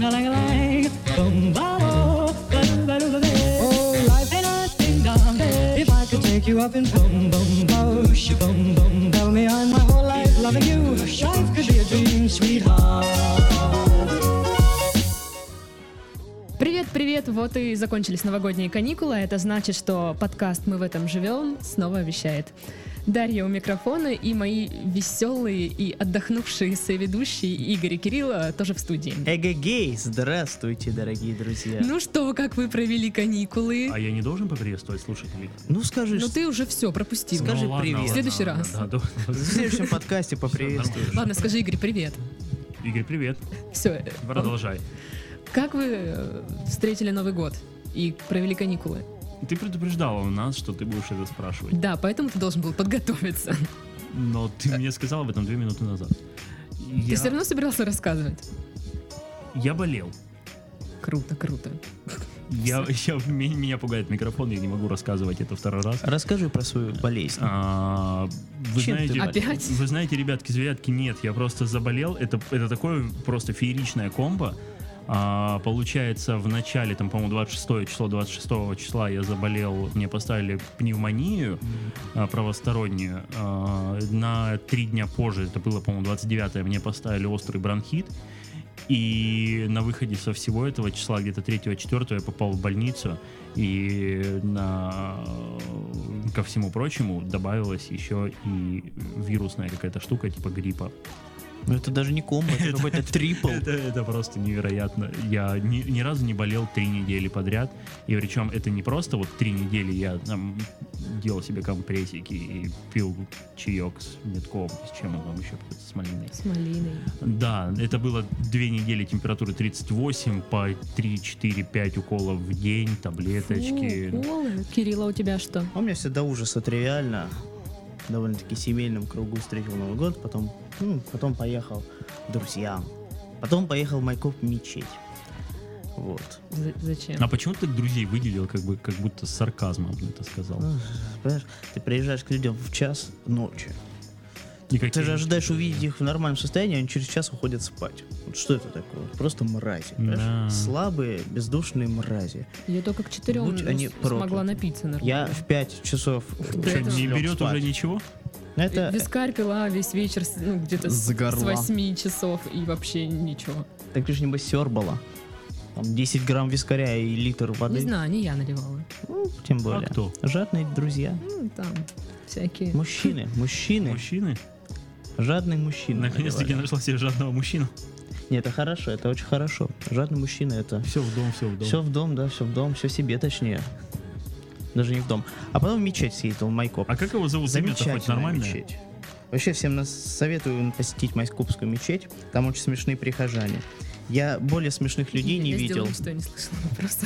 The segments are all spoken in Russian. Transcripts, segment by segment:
Ding-a-ling-a-ling, boom-ba-oh, ba-doo-ba-doo-ba-doo. Oh, life ain't a ding-dong. If I could take you up in boom-boom-bo, boom-boom, tell me I'm my whole life loving you. Life could be a dream, sweetheart. Привет, вот и закончились новогодние каникулы. Это значит, что подкаст «Мы в этом живем» снова вещает. Дарья у микрофона и мои веселые и отдохнувшие соведущие Игорь и Кирилла тоже в студии. Эгегей! Здравствуйте, дорогие друзья. Ну что, как вы провели каникулы? А я не должен поприветствовать слушателей? Ну скажи, Ну ты уже все пропустил. Скажи ладно, привет. В следующий раз. Да. в следующем подкасте поприветствуешь. Ладно, скажи, Игорь, привет. Игорь, привет. Все. Продолжай. Как вы встретили Новый год и провели каникулы? Ты предупреждала нас, что ты будешь это спрашивать. Да, поэтому ты должен был подготовиться. Но ты мне сказал об этом 2 минуты назад. Ты все равно собирался рассказывать? Я болел. Круто. Меня пугает микрофон, я не могу рассказывать это второй раз. Расскажи про свою болезнь. Вы Чем ты знаете, болел? Опять? Вы знаете, ребятки-зверятки, нет, я просто заболел. Это такое просто фееричное комбо. Получается, в начале, там, по-моему, 26 числа я заболел, мне поставили пневмонию правостороннюю. На 3 дня позже, это было, по-моему, 29-е, мне поставили острый бронхит. И на выходе со всего этого числа, где-то 3-4 я попал в больницу. И ко всему прочему добавилась еще и вирусная какая-то штука, типа гриппа. Ну это даже не комбо, это какой-то трипл. Это просто невероятно. Я ни разу не болел 3 недели подряд. И причем это не просто вот 3 недели я там делал себе компрессики и пил чаек с метком, с чем он там еще, с малиной. С малиной. Да, это было 2 недели температуры 38, по 3-4-5 уколов в день, таблеточки. Фу, уколы. Кирилла, у тебя что? У меня все до ужаса тривиально. Довольно-таки семейном кругу встретил Новый год, потом поехал к друзьям, потом поехал в Майкоп в мечеть. Вот. Зачем? А почему ты друзей выделил, как будто с сарказмом это сказал? Понимаешь, ты приезжаешь к людям в час ночи. Никакие- Ты же ожидаешь увидеть их в нормальном состоянии, они через час уходят спать. Вот что это такое? Просто мрази. Понимаешь? Да. Слабые, бездушные мрази. Я только к 4 Будь они смогла прокляты. напиться нормально. Я в 5 часов До Что, этого- не лёг берет спать. уже ничего? Это Вискарь пила весь вечер, где-то с Загорла. 8 часов и вообще ничего. так ты же небось сёрбала. Там 10 грамм вискаря и литр воды. Не знаю, не я наливала. Ну, тем более. кто? Жадные друзья. Там всякие. Мужчины. Мужчины? Жадный мужчина. Наконец-таки наливали. нашла себе жадного мужчину. Нет, это хорошо, это очень хорошо. Жадный мужчина это Все в дом. все в дом, да, все в дом, все себе точнее. Даже не в дом. А потом в мечеть съездил, в Майкоп. А как его зовут? Имя-то хоть Замечательная нормальное? мечеть. Вообще всем нас советую посетить Майкопскую мечеть. Там очень смешные прихожане. Я более смешных людей не Я видел. сделала, что я не слышала просто.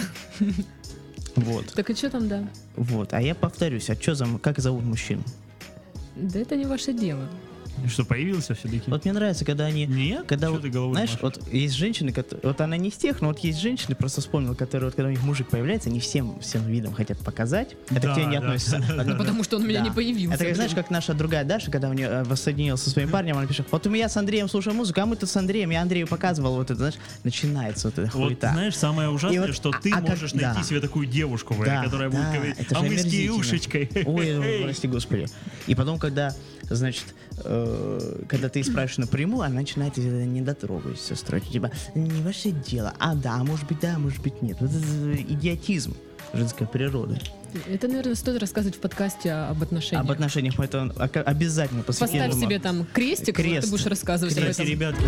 Вот. Так и что там, да? Вот. А я повторюсь, как зовут мужчин? Да это не ваше дело. Что, появился все-таки? Вот мне нравится, когда они... Нет? Когда Чё вот, ты головой знаешь, машешь? вот есть женщины, вот она не из тех, но вот есть женщины, просто вспомнил, которые, вот, когда у них мужик появляется, они всем видом хотят показать. Это Да, к тебе не да, относится. да, Ну, потому что он у меня Да. не появился. Это как, знаешь, как наша другая Даша, когда у нее воссоединилась со своим парнем, она пишет: вот у меня с Андреем слушаю музыку, а мы тут с Андреем, я Андрею показывал, вот это, знаешь, начинается вот эта Вот хуета. знаешь, самое ужасное, И вот, что ты как- можешь найти да. себе такую девушку, Да, которая да, будет говорить, это а же мы с омерзительно. Кирюшечкой. Ой, прости господи. И потом, когда, значит, когда ты спрашиваешь напрямую, она начинает недотрогательство строить. Типа, не ваше дело. А да, может быть да, может быть нет. Вот это идиотизм женской природы. Это, наверное, стоит рассказывать в подкасте об отношениях. Об отношениях мы это обязательно посвятим. Поставь себе там крестик, Крест. ты будешь рассказывать об Кстати, этом. ребятки,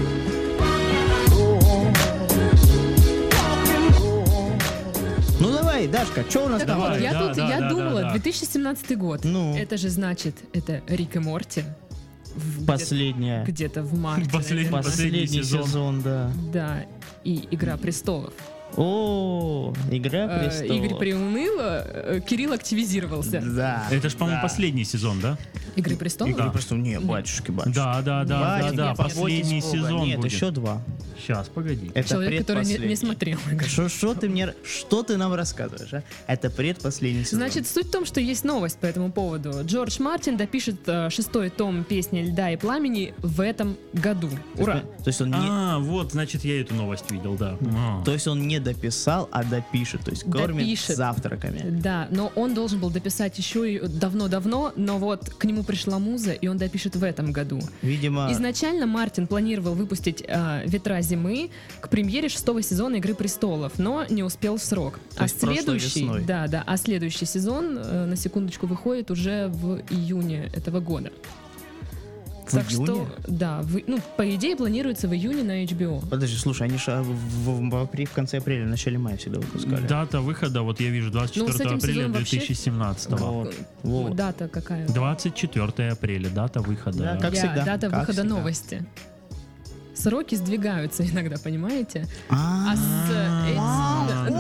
Ну давай, Дашка, что у нас Так там? вот, я да, тут, да, я да, думала, да. 2017 год. Ну. Это же значит, это Рик и Морти. Последняя. Где-то в марте. Последний- наверное. Последний сезон. сезон, да. Да. И Игра престолов. О, Игра престолов. Игорь приуныл, Кирилл активизировался. Да. это ж, по-моему, да. последний сезон, да? Игры престолов? Игра престолов. Не, батюшки. Да, Батюшки, последний нет, сезон Нет, будет. еще 2. Сейчас, погоди. Это Человек, который не предпоследний. смотрел. Что ты нам рассказываешь, а? Это предпоследний сезон. Значит, суть в том, что есть новость по этому поводу. Джордж Мартин допишет 6-й том «Песни льда и пламени» в этом году. Ура! То есть он не... Вот, значит, я эту новость видел, да. То есть он не дописал, а допишет. То есть кормит Допишет. завтраками. Да, но он должен был дописать еще и давно-давно, но вот к нему пришла муза, и он допишет в этом году. Видимо... Изначально Мартин планировал выпустить «Ветра зимы» к премьере 6-го сезона «Игры престолов», но не успел в срок. То есть прошлой весной. А следующий сезон, на секундочку, выходит уже в июне этого года. В Так июне? что, да, по идее планируется в июне на HBO. Подожди, слушай, они же в конце апреля, в начале мая всегда выпускали. Дата выхода, вот я вижу, 24 этим апреля сезоном вообще- 2017. Вот. Дата какая? 24 апреля, дата выхода. Да, как всегда. Дата как выхода всегда. новости. Сроки сдвигаются иногда, понимаете? А, А с этим- Вау!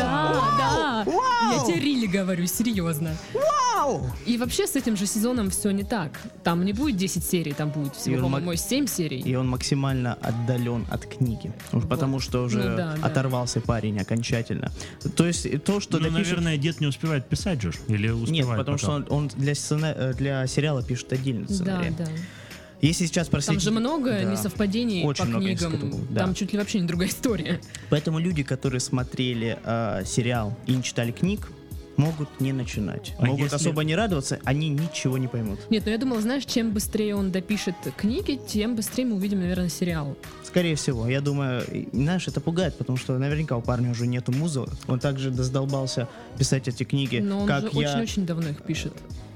Да. Вау! Я тебе рили говорю, серьезно. Вау! И вообще с этим же сезоном все не так. Там не будет 10 серий, там будет И всего, он по-моему, 7 серий. И он максимально отдален от книги. Уж потому что уже Ну да, да. оторвался парень окончательно. То есть то, что Ну, допишет... наверное, дед не успевает писать же, или успевает? Нет, потому пока? что он для сериала пишет отдельный Да, сценарий. да. Если сейчас Там проследить... же много Да. несовпадений Очень по много книгам. несовпадений, да. Там чуть ли вообще не другая история. Поэтому люди, которые смотрели сериал и не читали книг, могут не начинать. А Могут если- особо не радоваться, они ничего не поймут. Нет, ну я думала, знаешь, чем быстрее он допишет книги, тем быстрее мы увидим, наверное, сериал. Скорее всего, я думаю, знаешь, это пугает, потому что наверняка у парня уже нету музы. Он также доздолбался писать эти книги, Но он как уже я очень-очень давно их пишет.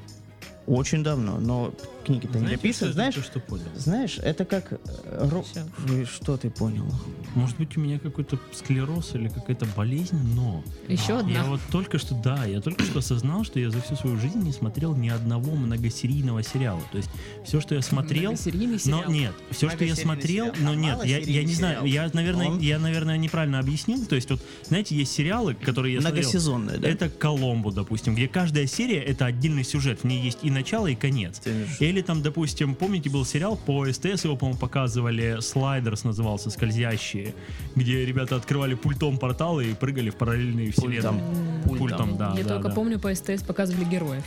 очень давно, но книги-то не Знаете, дописаны. что я Знаешь, только что понял? знаешь, это как... Всё. Что ты понял? Может быть, у меня какой-то склероз или какая-то болезнь, но... Еще одна. Я вот только что осознал, что я за всю свою жизнь не смотрел ни одного многосерийного сериала. То есть все, что я смотрел... Многосерийный Но сериал. нет, все, что я Многосерийный смотрел, сериал, но а нет, я малосерийный не знаю, сериал. я, наверное, неправильно объяснил. То есть вот, знаете, есть сериалы, которые я смотрел. Многосезонные, да? Это «Коломбо», допустим, где каждая серия — это отдельный сюжет, в ней есть и начало, и конец. Или там, допустим, помните, был сериал по СТС, его, по-моему, показывали, «Слайдерс» назывался, «Скользящие», где ребята открывали пультом порталы и прыгали в параллельные вселенные. Пультом, да. Я да, только да. помню, по СТС показывали героев.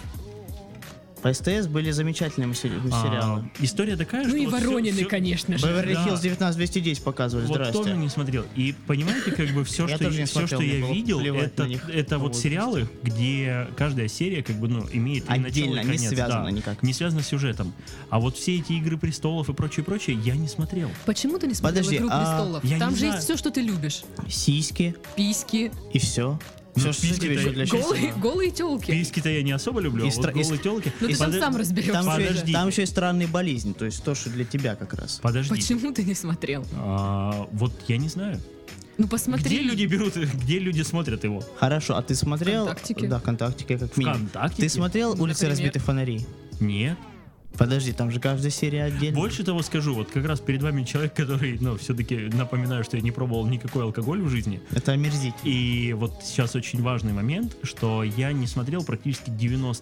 По СТС были замечательные сериалы. История такая, Ну что и вот Воронины, всё- конечно же. Беверли Да. Хиллз 19210 показывали, Вот тоже здрасте. не смотрел. И понимаете, как бы все, Я что, тоже не все, смотрел, что мне я было видел, плевать на них это по вот возрасту. сериалы, где каждая серия как бы, имеет и Отдельно, начало, и не конец. связано да, никак. Не связано с сюжетом. А вот все эти «Игры престолов» и прочее, я не смотрел. Почему ты не смотрел Подожди, «Игру а престолов»? я Там не же знаю. есть все, что ты любишь. Сиськи Письки, и все. Все, что письки-то тебе еще для счастья. голые телки. Письки-то я не особо люблю, И а вот стра- и голые с- телки... Ну ты там сам разберешься. Там еще, Подождите. там еще и странные болезни, то есть то, что для тебя как раз. Подожди. Почему ты не смотрел? Вот я не знаю. Ну посмотри. Где люди берут, где люди смотрят его? Хорошо, а ты смотрел... ВКонтактике. Да, ВКонтактике, как минимум. ВКонтактике? Ты смотрел «Улицы Например. разбитых фонарей»? Нет. Подожди, там же каждая серия отдельно. Больше того скажу, вот как раз перед вами человек, который, все-таки напоминаю, что я не пробовал никакой алкоголь в жизни. Это омерзительно. И вот сейчас очень важный момент, что я не смотрел практически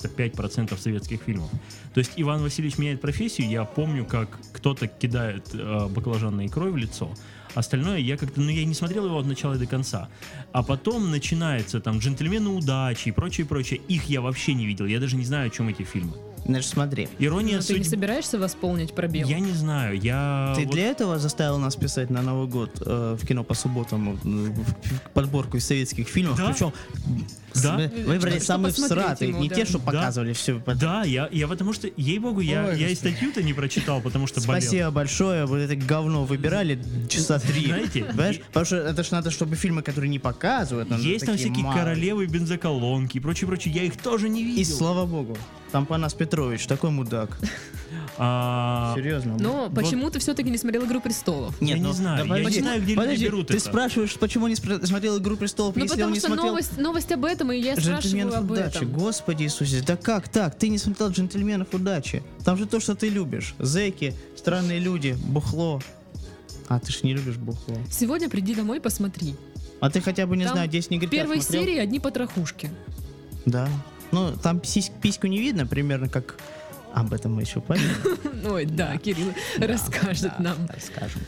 95% советских фильмов. То есть Иван Васильевич меняет профессию, я помню, как кто-то кидает баклажанной икрой в лицо. Остальное я как-то, я не смотрел его от начала и до конца. А потом начинается там «Джентльмены удачи» и прочее. Их я вообще не видел, я даже не знаю, о чем эти фильмы. Значит, смотри. «Ирония Ну, ты не судьбы». собираешься восполнить пробел? Я не знаю, я... Ты вот- для этого заставил нас писать на Новый год в кино по субботам в подборку из советских фильмов. Да? Причем Да? выбрали Что самые посмотреть всратые, ему, не да. те, что Да. показывали все. Да, я потому что, ей-богу, я и статью-то не прочитал, потому что болел. Спасибо большое, вот это говно выбирали часа 3. Знаете, Понимаешь? Потому что это ж надо, чтобы фильмы, которые не показывают, надо Есть там такие всякие малые. королевы бензоколонки и прочее, я их тоже не видел. И слава богу, там Панас Петрович, такой мудак. А, Серьезно. Но почему ты все-таки не смотрел «Игру престолов»? я не знаю, я не знаю, где люди берут Ты это. спрашиваешь, почему не смотрел «Игру престолов», Ну если он потому не что смотрел новость об этом, и я спрашиваю «Джентльменов об удачи». этом. Господи Иисусе, да как так? Ты не смотрел «Джентльменов удачи». Там же то, что ты любишь. Зэки, странные люди, бухло. А ты ж не любишь бухло. Сегодня приди домой, посмотри. А ты хотя бы, не Там знаю, 10 В негритят первой смотрел? серии одни потрохушки. Да. Ну, там письку не видно, примерно как... Об этом мы еще поговорим. Ой, да, Кирилл расскажет нам. Расскажем.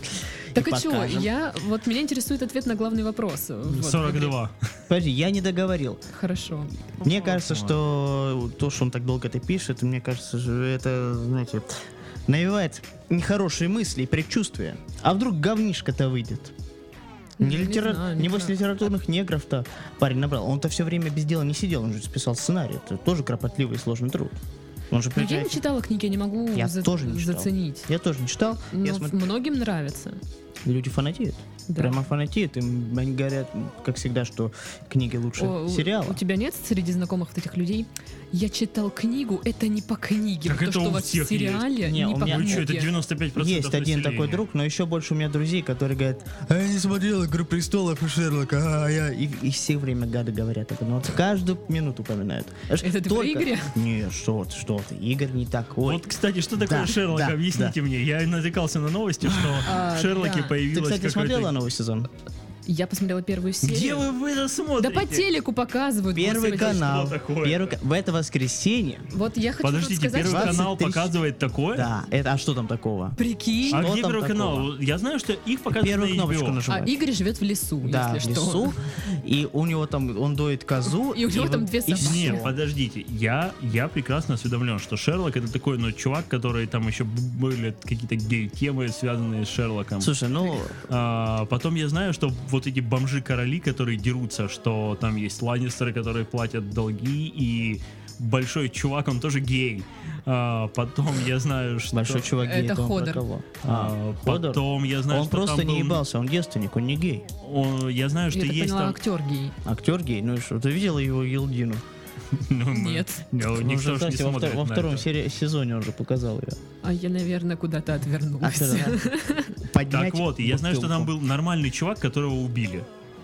Так и и что? покажем. Меня интересует ответ на главный вопрос. Вот. 42. Подожди, я не договорил. Хорошо. Мне кажется, что то, что он так долго это пишет, мне кажется, что это, знаете, навевает нехорошие мысли и предчувствия. А вдруг говнишко-то выйдет? Не знаю, не Небось, знаю. литературных негров-то парень набрал. Он-то все время без дела не сидел, он же писал сценарий. Это тоже кропотливый и сложный труд. Он же Но я не приезжает- читала книги, я не могу Я тоже не читал. заценить. Я тоже не читал. Но Я смотрю, многим нравится. люди фанатеют. Да. Прямо фанатеют. Им они говорят, как всегда, что книги лучше сериала. У тебя нет среди знакомых вот этих людей? Я читал книгу, это не по книге. Так Вот то, это что у у вас в всех сериале, есть. Не, не у по меня- Вы книге. что, это 95% Есть один населения. такой друг, но еще больше у меня друзей, которые говорят, а я не смотрел «Игру престолов» и Шерлока, и все время гады говорят об этом. Вот каждую минуту упоминают. Это ты про Игоря? Не, что ты, Игорь не такой. Вот, кстати, что такое Да, Шерлок? да, Объясните мне. Я натыкался на новости, что в Шерлоке да. Ты, появилась кстати, смотрела новый сезон? Я посмотрела первую серию. Где вы это Да смотрите? по телеку показывают. Первый господи. канал. что такое? В это воскресенье. Вот я хочу Подождите, сказать, Первый что... 20 канал тысяч. показывает такое? Да, а что там такого? Прикинь. А Что где там Первый такого? канал? Я знаю, что их показывают Первую на кнопочку HBO. А нажимаешь. Игорь живет в лесу, Да, в если что. лесу. И у него там, он доит козу. И у него там две собаки. Нет, Всё. подождите, я прекрасно осведомлен, что Шерлок это такой, чувак, который там еще были какие-то гей-темы, связанные с Шерлоком. Слушай, Потом я знаю, что вот эти бомжи-короли, которые дерутся, что там есть Ланнистеры, которые платят долги, и большой чувак, он тоже гей. Потом я знаю, что... большой чувак гей, Это он про Ходор. кого? Ходор. Потом я знаю, Он что просто там не был- ебался, он девственник, он не гей. Я знаю, что Я так есть поняла, там... актер гей. Актер гей, ну и что, ты видела его Елдину? Нет. Ну, Ну, никто уже, ж не кстати, во смотрит во на втором это. сезоне он же показал ее. А я, наверное, куда-то отвернулась. Поднять Так вот, и я знаю, что там бутылку. был нормальный чувак, которого убили.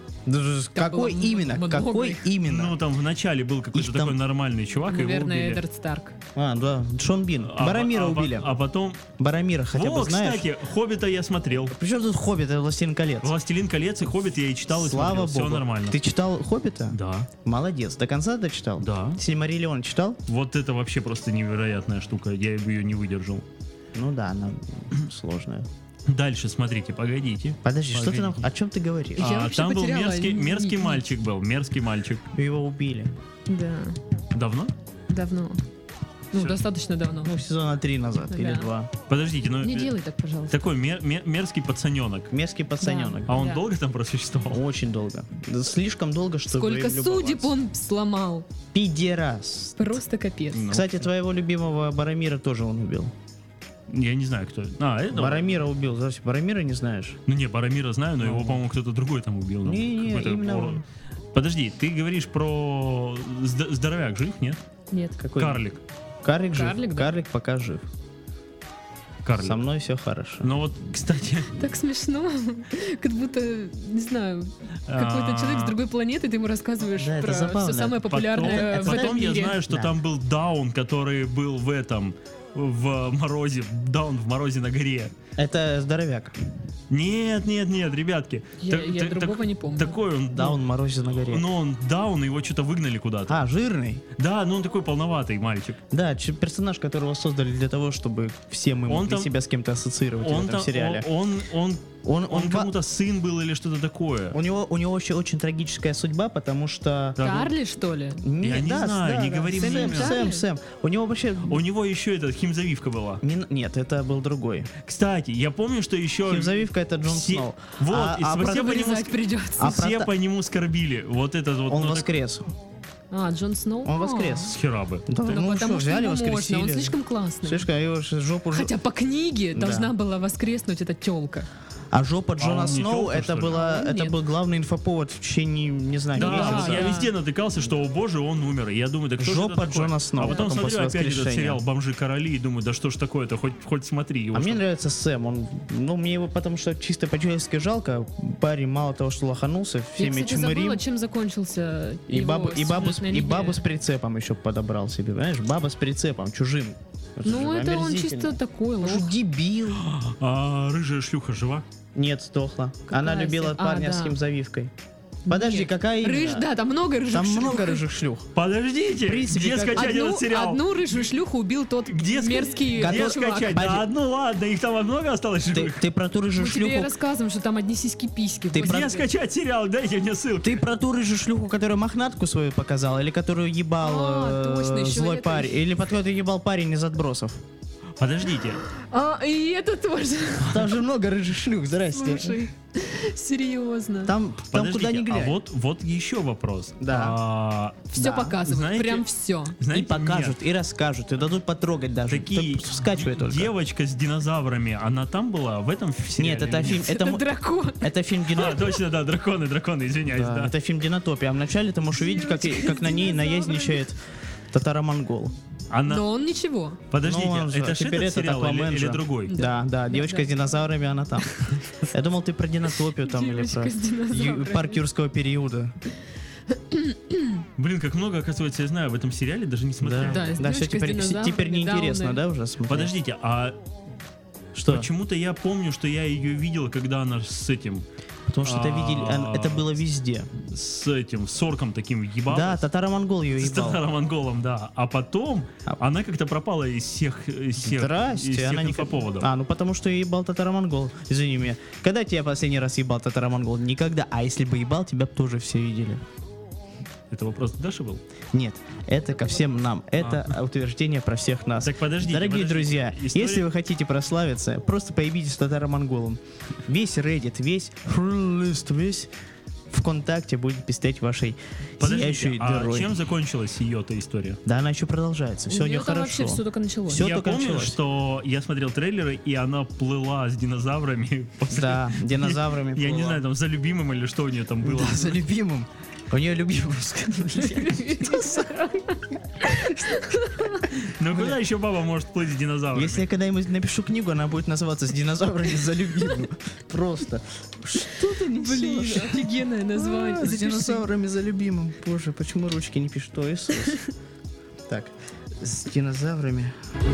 Какой было именно? много Какой их. именно? Ну, там в начале был какой-то Их там- такой нормальный чувак, его Наверное, убили. Эдвард Старк. Да, Шон Бин. Барамира убили. А потом... Барамира хотя бы знаешь? кстати, «Хоббита» я смотрел. Причем тут Хоббит, это Властелин колец? «Властелин колец» и «Хоббит» я и читал, и Слава смотрел. богу. Все нормально. Ты читал Хоббита? Да, Молодец. До конца дочитал? да. Сильмариллион читал? Вот это вообще просто невероятная штука. Я бы ее не выдержал. Ну да, она сложная. Дальше, смотрите, погодите. Подожди, что ты нам... Погодите. О чем ты говоришь? Я вообще Там был потеряла мерзкий нить. мальчик был, мерзкий мальчик. Его убили. Да, Давно? давно. Ну, Всё. достаточно давно. Ну, сезона 3 назад Да. или 2. Подождите, ну... Не делай так, пожалуйста. Такой мерзкий пацаненок. Мерзкий пацаненок. А он Да. долго там просуществовал? Очень долго. Да, слишком долго, чтобы Сколько им судеб любоваться. он сломал. Пидерас. Просто капец. Ну, Кстати, твоего любимого Барамира тоже он убил. Я не знаю, кто это. Это... Барамира убил. Здравствуйте, Барамира не знаешь? Ну не, Барамира знаю, но его, по-моему, кто-то другой там убил. Ну, Не, какой-то именно урод. он. Подожди, ты говоришь про здоровяк жив, нет? Нет. Какой? Карлик. Карлик жив. Карлик, да. Карлик пока жив. Карлик. Со мной все хорошо. Ну вот, кстати, Так смешно. Как будто, не знаю, какой-то человек с другой планеты, ты ему рассказываешь Да, это про забавно. все самое популярное в потом этом я мире. знаю, что Да. там был Даун, который был в морозе, Даун в морозе на горе. Это здоровяк. Нет, ребятки. Я другого не помню. Такой он, Да, он морозит на горе. ну он Даун, его что-то выгнали куда-то. А, жирный? Да, ну он такой полноватый мальчик. Да, персонаж, которого создали для того, чтобы все мы Он могли там- себя с кем-то ассоциировать в Он, этом там, сериале. он Он кому-то сын был или что-то такое. У него вообще очень трагическая судьба, потому что... Да, Карли, что ли? Не, не знаю, не говори мне Сэм, имя. Сэм. У него вообще... У него еще этот химзавивка была. Нет, это был другой. Кстати, я помню, что еще... Химзавивка это Джон все- Сноу. Вот, А- и а все про- по нему, Вырезать придется. А все про- по нему скорбили. Вот этот вот. Он ну, так- воскрес. А, Джон Сноу? Он воскрес. С хера бы. Да, Ну, потому что взяли, ему можно, воскресили. он слишком классный. Слишком, его же жопу... Хотя по книге Да. должна была воскреснуть эта телка. А жопа Джона он не Сноу, тёлка, это, что ли? была, Ну, это нет. был главный инфоповод в течение, не знаю, Да, месяца. я да. везде натыкался, что, о боже, он умер. И я думаю, да кто же Жопа это такой? Джона Сноу. А потом Потом смотрю после опять этот воскрешения. сериал «Бомжи-короли» и думаю, да что ж такое-то, хоть смотри. Его А мне что- нравится Сэм, мне его потому что чисто по-человечески жалко. Парень мало того, что лоханулся, Я, всеми кстати, чмырим. забыла, чем закончился И его бабу, сюжетная и линия. бабу с прицепом еще подобрал себе, понимаешь? Баба с прицепом, чужим. Ну, же это он омерзительно. чисто такой Он лох. же дебил. А рыжая шлюха жива? Нет, сдохла. Какая Она любила се- парня с да. химзавивкой. Подожди, Нет. какая именно? Да, там много рыжих Там шлюх. много рыжих шлюх. Подождите, В принципе, где как- скачать этот сериал? Одну рыжую шлюху убил тот Где мерзкий Где чувак. скачать? Да одну, ладно, их там много осталось Ты, живых. ты про ту рыжую Мы тебе и шлюху... рассказываем, что там одни сиськи-письки. Ты Господи. Где скачать сериал? Дайте мне ссылку. Ты про ту рыжую шлюху, которая мохнатку свою показала, или которую ебал Точно, еще злой это парень, еще. или под которую ебал парень из отбросов? Подождите. И это тоже. Там же много рыжих шлюх, здрасте. Слушай, серьезно. Там Подождите, куда ни глянь. а вот еще вопрос. Да. Все да. показывают, Знаете- прям все. И Знаете, покажут, нет, и расскажут, и дадут потрогать даже. такие Ты скачивай только. девочка с динозаврами, она там была в этом сериале? Нет, это или фильм, Это это, дракон. это фильм А, Динотопия. точно, да, драконы, извиняюсь, да. Это фильм Динотопия. А вначале ты можешь увидеть, как на ней наездничает татаро-монгол. Она... Но он ничего. Подождите, Ну, он же- это ж теперь этот это сериал Аквамен или же. другой? Да, девочка с динозаврами, она там. Я думал, ты про Динотопию там или Девочка про с динозаврами. парк юрского периода. Блин, как много, оказывается, я знаю об этом сериале, даже не смотрел. Да, с Да, все девочкой с теперь динозаврами, неинтересно, Дауны. да, уже смотреть? Подождите, а Что? почему-то я помню, что я ее видел, когда она с этим, Потому что это видели, это было везде. с орком таким ебалась. Да, татаро-монгол ее С ебал. татаро-монголом, да. А потом она как-то пропала из всех Здрасте, она не инфоповодов. А, ну потому что я ебал татаро-монгол. Извини меня. Когда тебя последний раз ебал татаро-монгол? Никогда. А если бы ебал, тебя бы тоже все видели. Это вопрос к Даше был? Нет, это ко всем нам. Это утверждение про всех нас. Так подождите, Дорогие подождите. друзья, История- если вы хотите прославиться, просто поебитесь с татаро-монголом. Весь Reddit, весь лист, весь ВКонтакте будет писать вашей Подождите, сияющей а дырой. чем закончилась ее-то история? Да, она еще продолжается. Все у нее нее там хорошо. вообще все только началось. Всё Я только помню, началось. что я смотрел трейлеры, и она плыла с динозаврами. после- Да, динозаврами. Я не плыла. знаю, там за любимым или что у нее там было. Да, за любимым. У нее любимый. Ну куда еще баба может плыть с динозаврами? Если я когда-нибудь напишу книгу, она будет называться «С динозаврами за любимым». Просто. Что ты Блин, несешь? офигенное название. С Запиши. динозаврами за любимым. Боже, почему ручки не пишут? О, Иисус. Так, с динозаврами.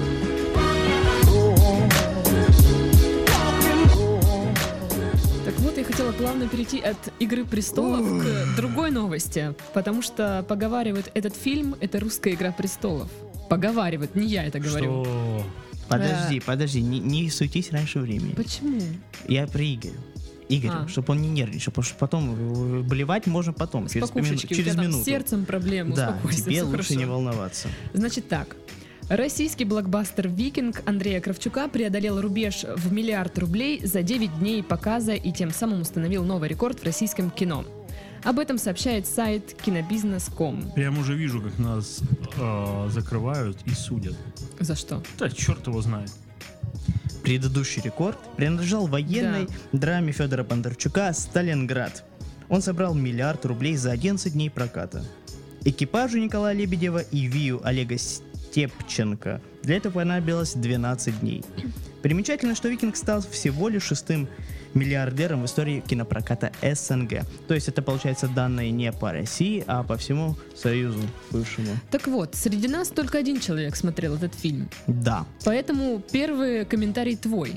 Так вот, я хотела плавно перейти от «Игры престолов» к другой новости, потому что поговаривают, этот фильм — это русская «Игра престолов». Поговаривают, не я это говорю. Что? Подожди, не суетись раньше времени. Почему? Я при Игорю, чтобы он не нервничал, потому что потом блевать можно потом, С через покушечки, у тебя там с минуту. сердцем проблемы, Да, успокойся, тебе всё лучше хорошо. не волноваться. Значит так. Российский блокбастер «Викинг» Андрея Кравчука преодолел рубеж в $1 миллиард за 9 дней показа и тем самым установил новый рекорд в российском кино. Об этом сообщает сайт кинобизнес.ком. Прям уже вижу, как нас закрывают и судят. За что? Да, черт его знает. Предыдущий рекорд принадлежал военной драме Федора Бондарчука «Сталинград». Он собрал $1 миллиард за 11 дней проката. Экипажу Николая Лебедева и Вию Олега Степченко для этого понадобилось 12 дней. Примечательно, что «Викинг» стал всего лишь 6-м миллиардером в истории кинопроката СНГ. То есть это, получается, данные не по России, а по всему Союзу бывшему. Так вот, среди нас только один человек смотрел этот фильм. Да. Поэтому первый комментарий твой.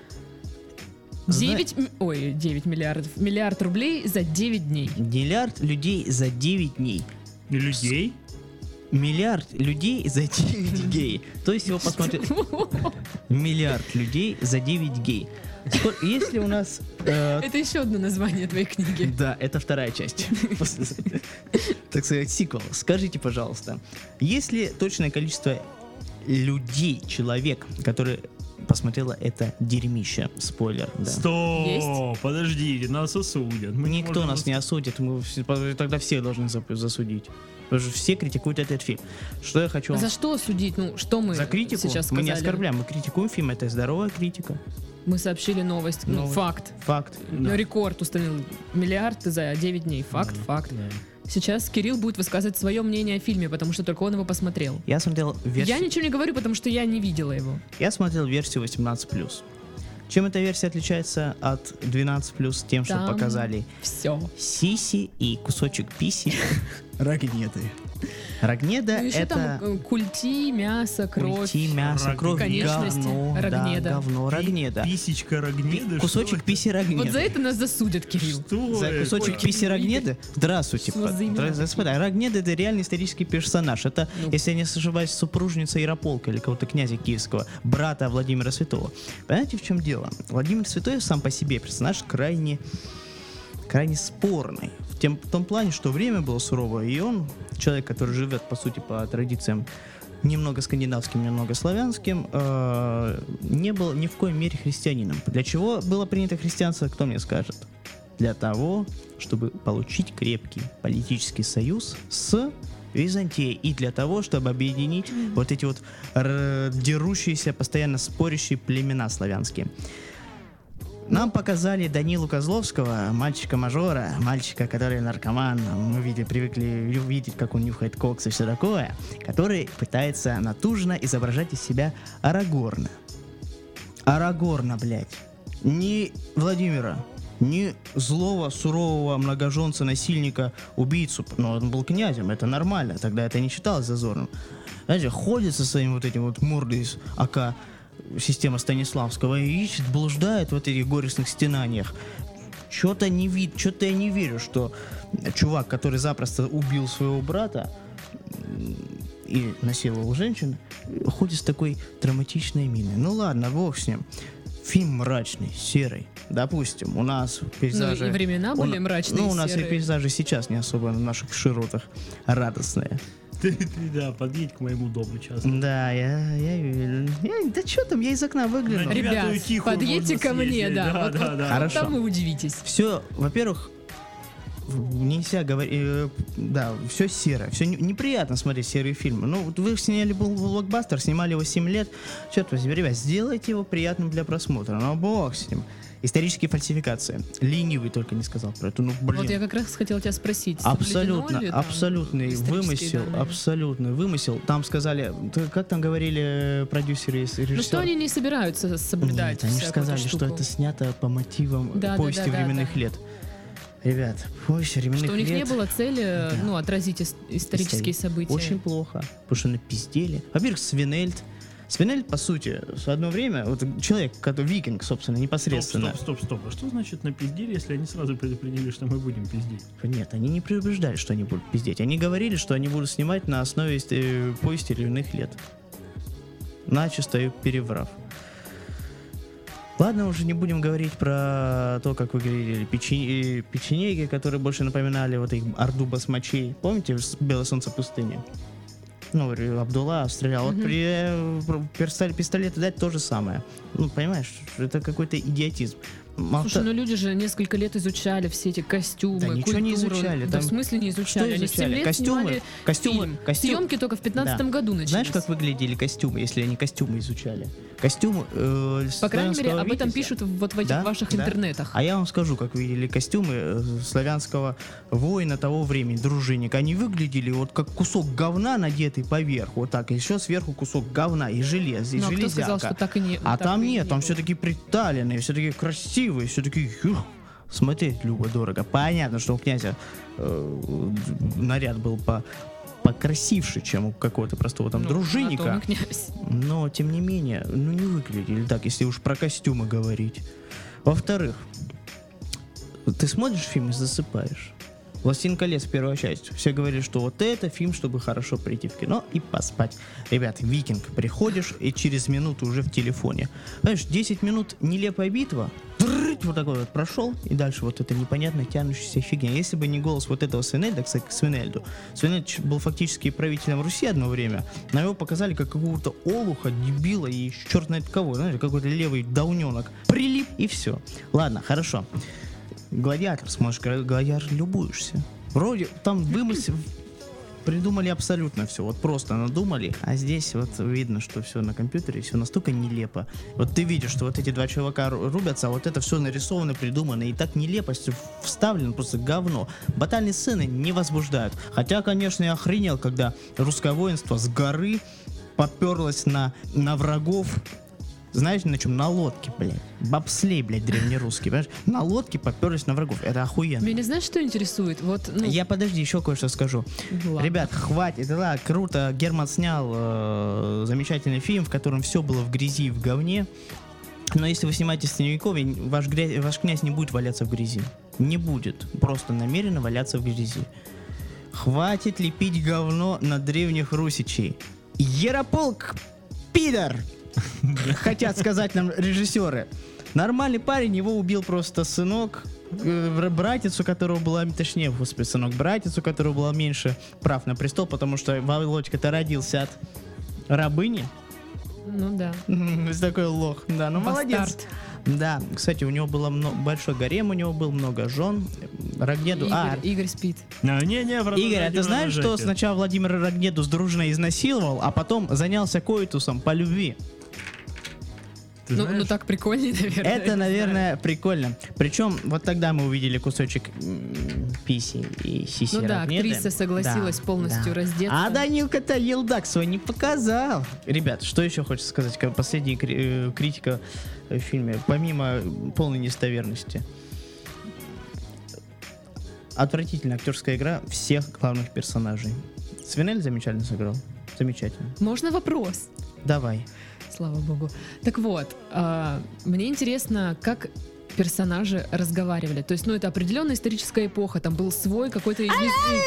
9 миллиардов. $1 миллиард за 9 дней. Миллиард людей за 9 дней. И людей? Миллиард людей за 9 гей. То есть его посмотрят... Миллиард людей за 9 гей. Если у нас... Это еще одно название твоей книги. Да, это вторая часть. Так сказать, сиквел. Скажите, пожалуйста, есть ли точное количество людей, человек, которые посмотрела это дерьмище? Спойлер, да. Стоп, Есть? подождите, нас осудят. Мы Никто можем нас не осудит, мы тогда все должны засудить. Потому что все критикуют этот фильм. Что я хочу вам... За что судить? Ну, что мы За критику? сейчас Мы сказали? не оскорбляем, мы критикуем фильм, это здоровая критика. Мы сообщили новость. Ну, Новость. факт. Факт. Ну, рекорд установил $1 миллиард за 9 дней. Факт, факт. Сейчас Кирилл будет высказывать свое мнение о фильме, потому что только он его посмотрел. Я смотрел Я версию... ничего не говорю, потому что я не видела его. Я смотрел версию 18+. Чем эта версия отличается от 12+, тем, что Там показали Все. сиси и кусочек писи. Ракеты. Рогнеда Ну, еще это... там культи, мясо, кровь. Культи, мясо, кровь, Конечности говно, Рогнеда. да, говно, Рогнеда. Писечка Рогнеды? Кусочек писи Рогнеды. Вот за это нас засудят, Кирилл. Что За это? кусочек писи Рогнеды? Здравствуйте. Что за имена Господа, Рогнеда — это реальный исторический персонаж. Это, Ну. если я не ошибаюсь, супружница Ярополка или кого-то князя Киевского, брата Владимира Святого. Понимаете, в чем дело? Владимир Святой сам по себе персонаж крайне спорный. В том плане, что время было суровое, и он, человек, который живет, по сути, по традициям немного скандинавским, немного славянским, не был ни в коем мере христианином. Для чего было принято христианство, кто мне скажет? Для того, чтобы получить крепкий политический союз с Византией, и для того, чтобы объединить вот эти вот дерущиеся, постоянно спорящие племена славянские. Нам показали Данилу Козловского, мальчика-мажора, мальчика, который наркоман. Мы привыкли видеть, как он нюхает кокс и все такое, который пытается натужно изображать из себя Арагорна. Арагорна, блядь. Не Владимира, не злого, сурового многоженца, насильника, убийцу. Но он был князем, это нормально, тогда это не считалось зазорным. Знаете, ходит со своим вот этим вот мордой из АК система Станиславского и ищет, блуждает в этих горестных стенаниях. Что-то я не верю, что чувак, который запросто убил своего брата и насиловал женщин, ходит с такой драматичной миной. Ну ладно, бог с ним. Фильм мрачный, серый. Допустим, у нас пейзажи... Ну и времена были мрачные, Ну, у нас серые. и пейзажи сейчас не особо на наших широтах радостные. Ты, да, подъедь к моему дому сейчас. Да, да что там, я из окна выглянул. Да, Ребят, Девятую Тихую подъедьте можно ко мне, съездить, да. да, Вот да, да. Хорошо. там вы удивитесь. Все, во-первых, нельзя говорить, да, все серое, все неприятно смотреть серые фильмы. Ну, вот вы сняли блокбастер, снимали его 7 лет, черт возьми, ребят, сделайте его приятным для просмотра, но бог с ним. Исторические фальсификации. Ленивый только не сказал про это, ну, блин. Вот я как раз хотела тебя спросить. соблюдено ли там Абсолютный исторические вымысел, данные? абсолютный вымысел. Там сказали, как там говорили продюсеры и режиссеры? Ну что они не собираются соблюдать? Нет, они же всякую сказали, эту что штуку? это снято по мотивам Да, повести да, временных да. лет. Ребят, повести временных Что у них лет... не было цели, ну, отразить исторические события. Очень плохо, потому что напиздели. Во-первых, Свинельд, по сути, в одно время, вот человек, который викинг, собственно, непосредственно. Стоп. А что значит напиздили, если они сразу предупредили, что мы будем пиздеть? Нет, они не предупреждали, что они будут пиздеть. Они говорили, что они будут снимать на основе повести временных лет. Начисто ее переврав. Ладно, уже не будем говорить про то, как выглядели печенеги, которые больше напоминали вот их орду басмачей. Помните, «Белое солнце пустыни»? Ну, Абдулла стрелял. Вот при пистолеты дать то же самое. Ну, понимаешь, это какой-то идиотизм. Слушай, ну люди же несколько лет изучали все эти костюмы, Да ничего не культуру. изучали, Да там- в смысле не изучали? Что Они изучали? 7 лет Костюмы, снимали фильм. Съемки только в 15 году начались. Знаешь, как выглядели костюмы, если они костюмы изучали? Костюмы По крайней мере, славянского об этом витязя. пишут вот в этих Да, ваших да. интернетах. А я вам скажу, как выглядели костюмы славянского воина того времени, дружинника. Они выглядели вот как кусок говна, надетый поверх, вот так, и еще сверху кусок говна и желез, и Ну, а кто железяка. сказал, что так и не А так там и нет, не там было? все-таки приталенные, все-таки красивые, все-таки смотреть любо-дорого. Понятно, что у князя наряд был покрасивше, чем у какого-то простого там Ну, дружинника. на то он и князь. Но, тем не менее, ну не выглядели так, если уж про костюмы говорить. Во-вторых, ты смотришь фильм и засыпаешь. «Властелин колец», первая часть. Все говорили, что вот это фильм, чтобы хорошо прийти в кино и поспать. Ребят, «Викинг», приходишь и через минуту уже в телефоне. Знаешь, 10 минут нелепая битва, вот такой вот прошел, и дальше вот это непонятно тянущаяся фигня. Если бы не голос вот этого Свинельда, кстати, к Свинельду. Свинельд был фактически правителем Руси одно время, но его показали как какого-то олуха, дебила и черт знает кого, знаешь, какой-то левый дауненок. Прилип, и все. Ладно, хорошо. «Гладиатор», смотришь, «Гладиатор», любуешься. Вроде там вымысел, придумали абсолютно все, вот просто надумали, а здесь вот видно, что все на компьютере, все настолько нелепо. Вот ты видишь, что вот эти два чувака рубятся, а вот это все нарисовано, придумано, и так нелепостью вставлено, просто говно. Батальные сцены не возбуждают. Хотя, конечно, я охренел, когда русское воинство с горы поперлось на врагов знаешь, на чем? На лодке, блядь. Бобслей, блядь, древнерусский, понимаешь? На лодке поперлись на врагов. Это охуенно. Меня знаешь, что интересует? Вот, ну, Я, подожди, еще кое-что скажу. ладно. Ребят, хватит. Да, круто. Герман снял замечательный фильм, в котором все было в грязи и в говне. Но если вы снимаете Средневековье, ваш князь не будет валяться в грязи. Не будет. Просто намеренно валяться в грязи. Хватит лепить говно на древних русичей. Ярополк, пидор! Хотят сказать нам режиссеры. Нормальный парень, его убил просто сынок, братец, у которого была, точнее, господи, сынок, братец, у которого было меньше прав на престол, потому что Володька-то родился от рабыни. Ну да. Такой лох. Да, ну молодец. Бастард. Да, кстати, у него было большой гарем, у него было много жен. Рогнеду... Игорь спит. Игорь, а ты знаешь, что сначала Владимир Рогнеду с дружиной изнасиловал, а потом занялся коитусом по любви? Ну так прикольнее, наверное. Это, наверное, прикольно. Причем вот тогда мы увидели кусочек писи и сиси Ну да, Рогнеды. актриса согласилась Да, полностью да. раздеться. А Данилка-то елдак свой не показал. Ребят, что еще хочется сказать? Последняя критика в фильме. Помимо полной недостоверности. Отвратительная актерская игра всех главных персонажей. Свинель замечательно сыграл. Замечательно. Можно вопрос? Давай. Слава богу. Так вот, мне интересно, как персонажи разговаривали. То есть, ну, это определенная историческая эпоха. Там был свой какой-то язык.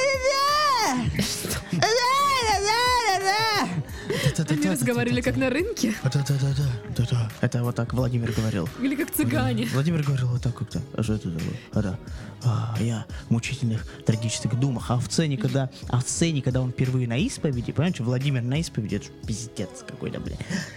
Они разговаривали как на рынке? Да. Это вот так Владимир говорил. Или как цыгане? Владимир говорил вот так как-то. А что это такое? Я в мучительных, трагических думах. А в сцене, когда он впервые на исповеди, понимаете, Владимир на исповеди, это ж пиздец какой-то, блядь.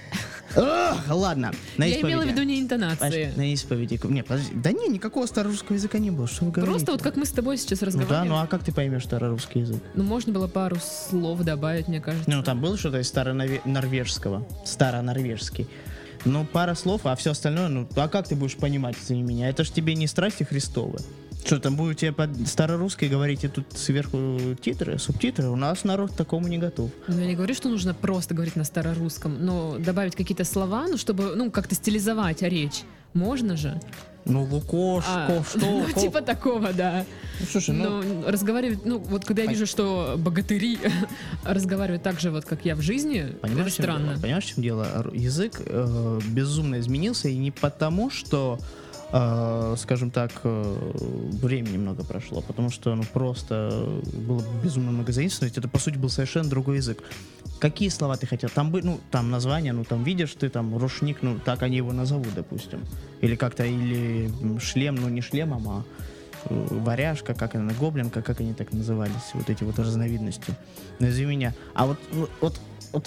Ладно, на Я исповеди. имела в виду не интонации. На исповеди. Не, подожди. Да не, никакого старорусского языка не было. Что вы говорите? Просто вот как мы с тобой сейчас Ну да, разговариваем. ну а как ты поймешь старорусский язык? Ну, можно было пару слов добавить, мне кажется. Ну, там было что-то из старонорвежского. Старонорвежский. Ну, пара слов, а все остальное, ну, а как ты будешь понимать, извини меня? Это ж тебе не страсти Христовы. Что, там будут тебе под старорусской говорить, и тут сверху титры, субтитры? У нас народ к такому не готов. Ну, я не говорю, что нужно просто говорить на старорусском, но добавить какие-то слова, ну, чтобы, ну, как-то стилизовать речь. Можно же? Ну, лукошко, что? Ну, типа такого, да. Ну, слушай, ну... Но разговаривать, ну, вот когда я вижу, что богатыри разговаривают так же, вот, как я в жизни, это странно. Понимаешь, в чем дело? Язык безумно изменился, и не потому, что, скажем так, времени много прошло, потому что, ну, просто было безумно много заимствований. Это, по сути, был совершенно другой язык. Какие слова ты хотел? Там, ну, там название, ну, там видишь ты, там, рушник, ну, так они его назовут, допустим. Или как-то, или шлем, ну, не шлемом, а варяжка, как она, гоблинка, как они так назывались, вот эти вот разновидности. Назови меня. А вот,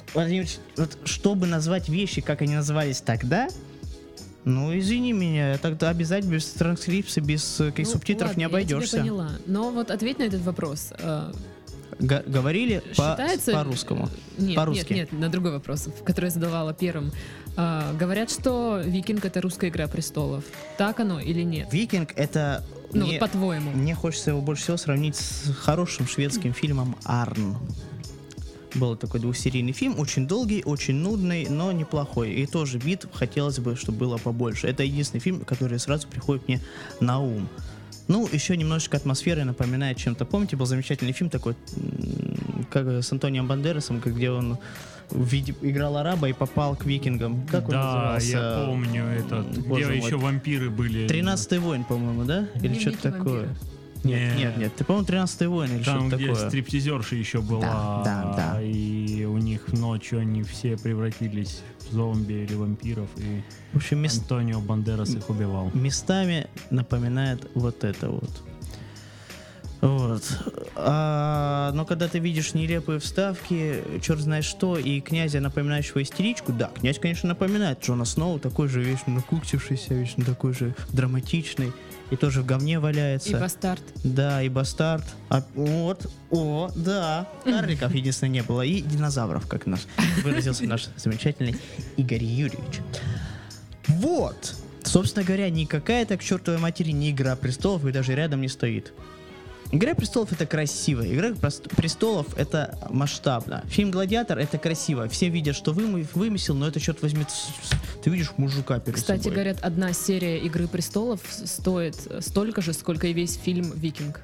чтобы назвать вещи, как они назывались тогда, ну, извини меня, тогда обязательно без транскрипции, без каких субтитров ладно, не обойдешься. Я тебя поняла. Но вот ответь на этот вопрос. Говорили по-русскому? Нет, по-русски. нет, на другой вопрос, который я задавала первым. Говорят, что «Викинг» — это русская «Игра престолов». Так оно или нет? «Викинг» — это... Ну, вот по-твоему. Мне хочется его больше всего сравнить с хорошим шведским фильмом «Арн». Был такой двухсерийный фильм, очень долгий, очень нудный, но неплохой. И тоже битв хотелось бы, чтобы было побольше. Это единственный фильм, который сразу приходит мне на ум. Ну, еще немножечко атмосферы напоминает чем-то. Помните, был замечательный фильм такой, как с Антониом Бандерасом, где он играл араба и попал к викингам. Как он назывался? Да, я помню этот. Где еще вампиры были. 13-й воин, по-моему, да? Или Дневники что-то такое? вампира. Нет. Ты, по-моему, 13-й воин или Там, что-то где такое. стриптизерша еще была. Да. И у них ночью они все превратились в зомби или вампиров. И В общем, Антонио Бандерас их убивал. местами напоминает вот это вот. Вот. Но когда ты видишь нелепые вставки, черт знает что, и князя, напоминающего истеричку, да, князь, конечно, напоминает Джона Сноу, такой же вечно накуксившийся, вечно такой же драматичный, и тоже в говне валяется. И бастард. Да, и бастард. Да. Карликов единственное не было, и динозавров, как выразился наш замечательный Игорь Юрьевич. Вот. Собственно говоря, никакая так к чертовой матери не «Игра престолов» и даже рядом не стоит. Игра престолов это красиво, Игра престолов это масштабно. Фильм «Гладиатор» это красиво. Все видят, что вымысел, но это, черт возьми, ты видишь мужика перед Кстати, собой. говорят, одна серия «Игры престолов» стоит столько же, сколько и весь фильм «Викинг».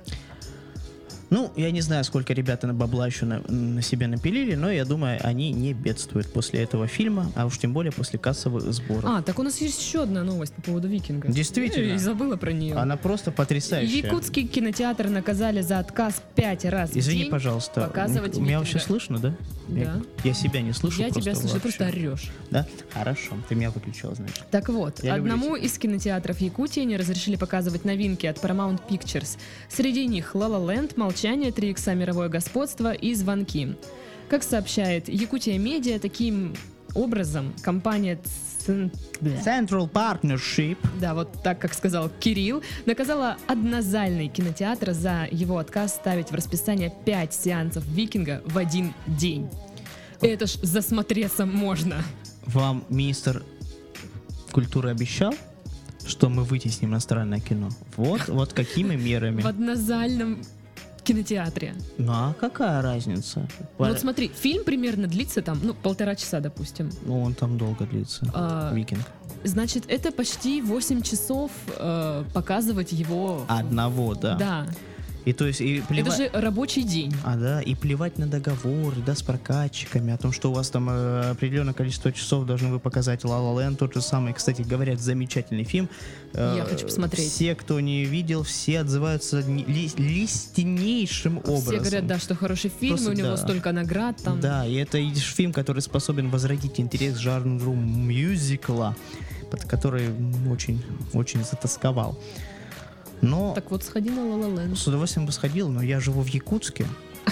Ну, я не знаю, сколько ребята на бабла еще на себе напилили, но я думаю, они не бедствуют после этого фильма, а уж тем более после кассовых сборов. А, так у нас есть еще одна новость по поводу «Викинга». Действительно. Я и забыла про нее. Она просто потрясающая. Якутский кинотеатр наказали за отказ 5 раз в Извини, день пожалуйста, показывать меня «Викинга». вообще слышно, да? Да. Я себя не слышу. Я тебя слышу, ты вообще. просто орешь. Да? Хорошо, ты меня выключила, значит. Так вот, Я люблю одному тебя. из кинотеатров Якутии не разрешили показывать новинки от Paramount Pictures. Среди них «La La Land», «Молчание», «3 икса. Мировое господство» и «Звонки». Как сообщает Якутия Медиа, таким образом компания Central Partnership. да, вот так, как сказал Кирилл, наказала однозальный кинотеатр за его отказ ставить в расписание 5 сеансов «Викинга» в один день. Это ж засмотреться можно. Вам министр культуры обещал, что мы вытесним иностранное кино? Вот какими мерами. В однозальном кинотеатре. Ну а какая разница? Ну, вот смотри, фильм примерно длится там, 1,5 часа, допустим. Ну, он там долго длится. Викинг. Значит, это почти 8 часов показывать его. Одного, да. Да. И то есть и Это же рабочий день. да, и плевать на договоры, да, с прокатчиками, о том, что у вас там определенное количество часов должны вы показать. La La Land тот же самый, кстати, говорят, замечательный фильм. Я хочу посмотреть. Все, кто не видел, все отзываются листенейшим образом. Все говорят, да, что хороший фильм, Просто у него да. столько наград там. Да, и это фильм, который способен возродить интерес к жанру мюзикла, под который очень затасковал. Но Так вот, сходи на La La Land. с удовольствием бы сходил, но я живу в Якутске.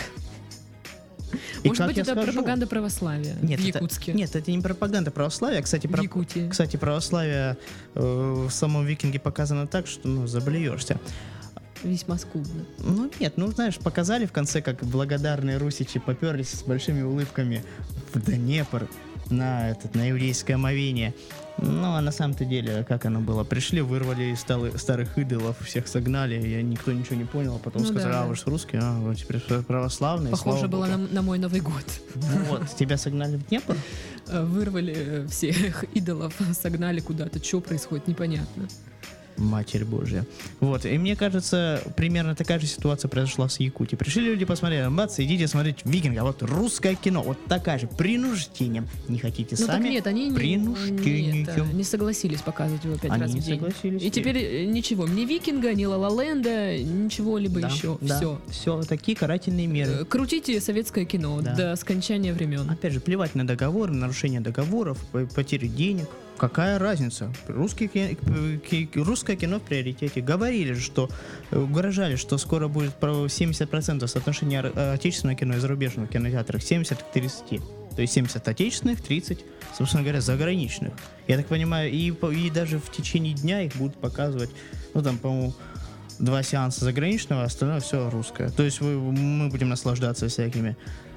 И Может как быть, я это скажу? пропаганда православия Нет, в это- Якутске. Нет, это не пропаганда православия. Кстати, В Якутии. Кстати, православие в самом «Викинге» показано так, что заблюешься. Весьма скудно. Ну нет, знаешь, показали в конце, как благодарные русичи поперлись с большими улыбками в Днепр на еврейское омовение. Ну, а на самом-то деле, как оно было? Пришли, вырвали из старых идолов, всех согнали, и никто ничего не понял, а потом Ну сказали, да, вы же русские, вы теперь православные, Похоже слава было Богу. на мой Новый год. Вот, тебя согнали в Днепр? Вырвали всех идолов, согнали куда-то. Что происходит, непонятно. Матерь Божья. Вот, и мне кажется, примерно такая же ситуация произошла с Якутией. Пришли люди посмотреть, бац, идите смотреть «Викинга», вот русское кино, вот такая же, принуждением. Не хотите Ну сами? так нет, они принуждением. не согласились показывать его 5 Они раз в не день. согласились. И теперь ничего, ни «Викинга», ни «Ла Ла Ленда», ничего либо еще. Все. Все, такие карательные меры. Крутите советское кино Да. до скончания времен. Опять же, плевать на договоры, нарушение договоров, потери денег. Какая разница? Русское кино в приоритете. Говорили же, что угрожали, что скоро будет 70% соотношения отечественного кино и зарубежного в кинотеатрах 70 к 30. То есть 70 отечественных, 30, собственно говоря, заграничных. Я так понимаю, и даже в течение дня их будут показывать, по-моему, 2 сеанса заграничного, а остальное все русское. То есть мы будем наслаждаться всякими.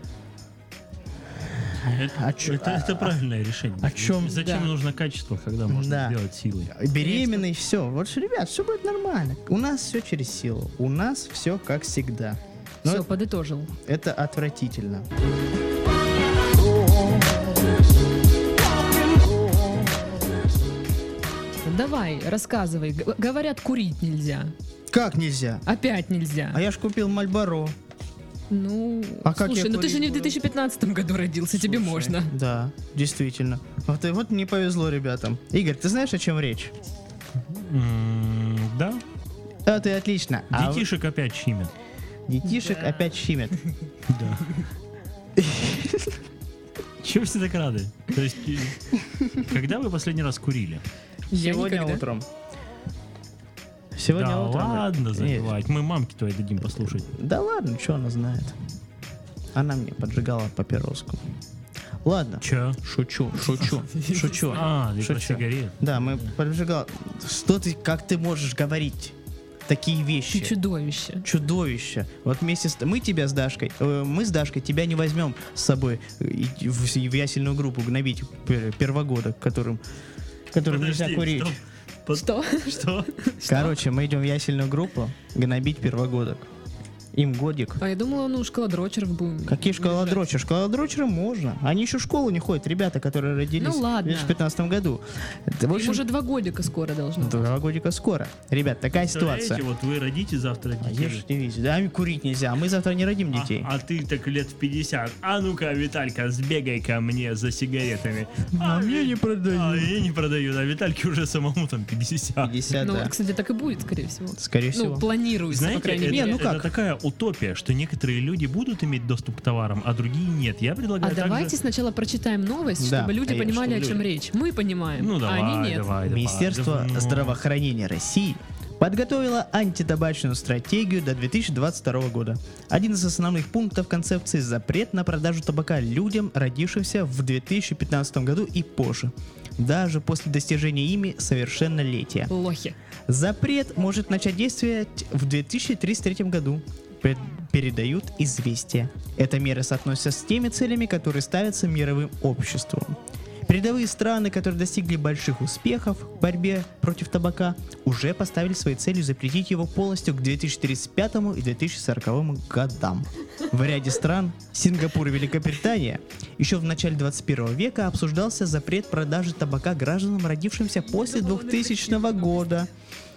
Это правильное решение. о чем? Зачем Да. нужно качество, когда можно Да. сделать силой? Беременный, все. Вот, ребят, все будет нормально. У нас все через силу. У нас все как всегда. Но Все, подытожил. это отвратительно. Давай, рассказывай. Говорят, курить нельзя. Как нельзя? Опять нельзя. А я ж купил Мальборо. Ну, А как слушай, я ты же не в курить буду? 2015 году родился, тебе Слушай, можно. Да, действительно. Вот не повезло ребятам. Игорь, ты знаешь, о чем речь? Да. А, ты отлично. Детишек опять щимят. Детишек опять щимят. Да. Чего все так рады? То есть, когда вы последний раз курили? Я Сегодня никогда. утром. Сегодня Да утром. ладно Нет. забивать. Мы мамке твоей дадим послушать. Да ладно, что она знает? Она мне поджигала папироску. Ладно. Че? Шучу. Шучу. А, ты про Шучу. сигарет. Да, мы поджигал. Как ты можешь говорить такие Ты вещи? чудовище. Чудовище. Вот вместе с... Мы тебя с Дашкой, мы с Дашкой тебя не возьмем с собой в ясельную группу гнобить первогодок, которым нельзя Подожди, курить. стоп. Что? Что? Короче, мы идем в ясельную группу гнобить первогодок. Им годик. А я думала, ну, школодрочеров будем. Какие лежать. школодрочеры? Школодрочеры можно. Они еще в школу не ходят, ребята, которые родились Ну ладно. в 2015 году. В Им общем, уже 2 годика скоро должно быть. 2 годика скоро. Ребят, такая Представляете, ситуация. вот вы родите завтра А детей. ешь дивизию. Да, курить нельзя, а мы завтра не родим детей. А ты так лет в 50. А ну-ка, Виталька, сбегай ко мне за сигаретами. мне не продают. А я не продаю, а Витальке уже самому там 50. 50, Ну, да. кстати, так и будет, скорее всего. Скорее всего. Ну, планируется, по Знаете, крайней это, мере. ну это как? такая утопия, что некоторые люди будут иметь доступ к товарам, а другие нет. Я А предлагаю также... давайте сначала прочитаем новость, Да, чтобы люди конечно, понимали, о чтобы чем люди. речь. Мы понимаем, Ну а давай, они нет. давай. Министерство давно. здравоохранения России подготовило антитабачную стратегию до 2022 года. Один из основных пунктов концепции – запрет на продажу табака людям, родившимся в 2015 году и позже, даже после достижения ими совершеннолетия. Лохи. Запрет может начать действовать в 2033 году. Передают известия. Эта мера соотносится с теми целями, которые ставятся мировым обществом. Передовые страны, которые достигли больших успехов в борьбе против табака, уже поставили своей целью запретить его полностью к 2035 и 2040 годам. В ряде стран, Сингапур и Великобритания, еще в начале 21 века обсуждался запрет продажи табака гражданам, родившимся после 2000 года.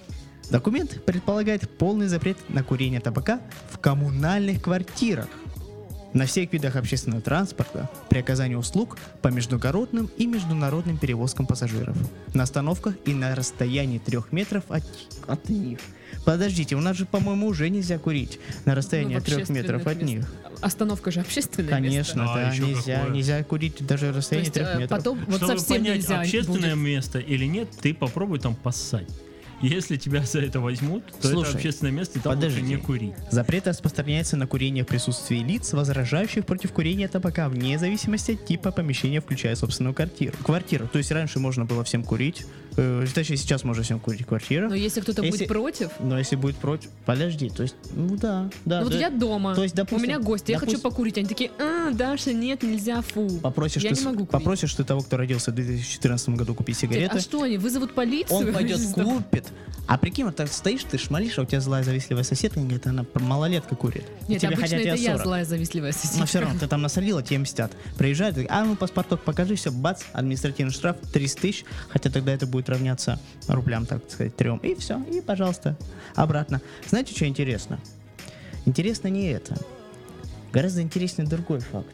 Документ предполагает полный запрет на курение табака в коммунальных квартирах, на всех видах общественного транспорта, при оказании услуг по междугородным и международным перевозкам пассажиров, на остановках и на расстоянии 3 метров от них. Подождите, у нас же, по-моему, уже нельзя курить на расстоянии Ну, в 3 метров от общественных них. местах. Остановка же общественное Конечно, место. А, да, еще нельзя, какое? нельзя курить даже То расстояние есть 3 метров. потом вот Чтобы совсем понять, нельзя общественное будет. место или нет, ты попробуй там поссать. Если тебя за это возьмут, то Слушай, это общественное место, и там лучше подожди. не курить. Запрет распространяется на курение в присутствии лиц, возражающих против курения табака, вне зависимости от типа помещения, включая собственную квартиру. То есть раньше можно было всем курить, точнее сейчас можно всем курить в квартирах. Но если кто-то Если- будет против, Но если будет против, подожди, то есть, ну да. ну вот да. я дома, То есть, у допустим, меня гости, я хочу покурить, они такие, Даша, нет, нельзя, фу. Попросишь я ты, не могу курить. попросишь ты того, кто родился в 2014 году, купить сигареты, А что они, вызовут полицию? он пойдет Что? купит. А прикинь, вот так стоишь, ты шмалишь, а у тебя злая завистливая соседка, говорит, она малолетка курит. И Нет, тебе обычно хотят это тебя я 40. злая, завистливая соседка. Но все равно, ты там насолила, тебе мстят. Приезжают, говорят, ну паспорток покажи, все, бац, административный штраф 300 тысяч, хотя тогда это будет равняться рублям, так сказать, 3. И все, и пожалуйста, обратно. Знаете, что интересно? Интересно не это. Гораздо интереснее другой факт.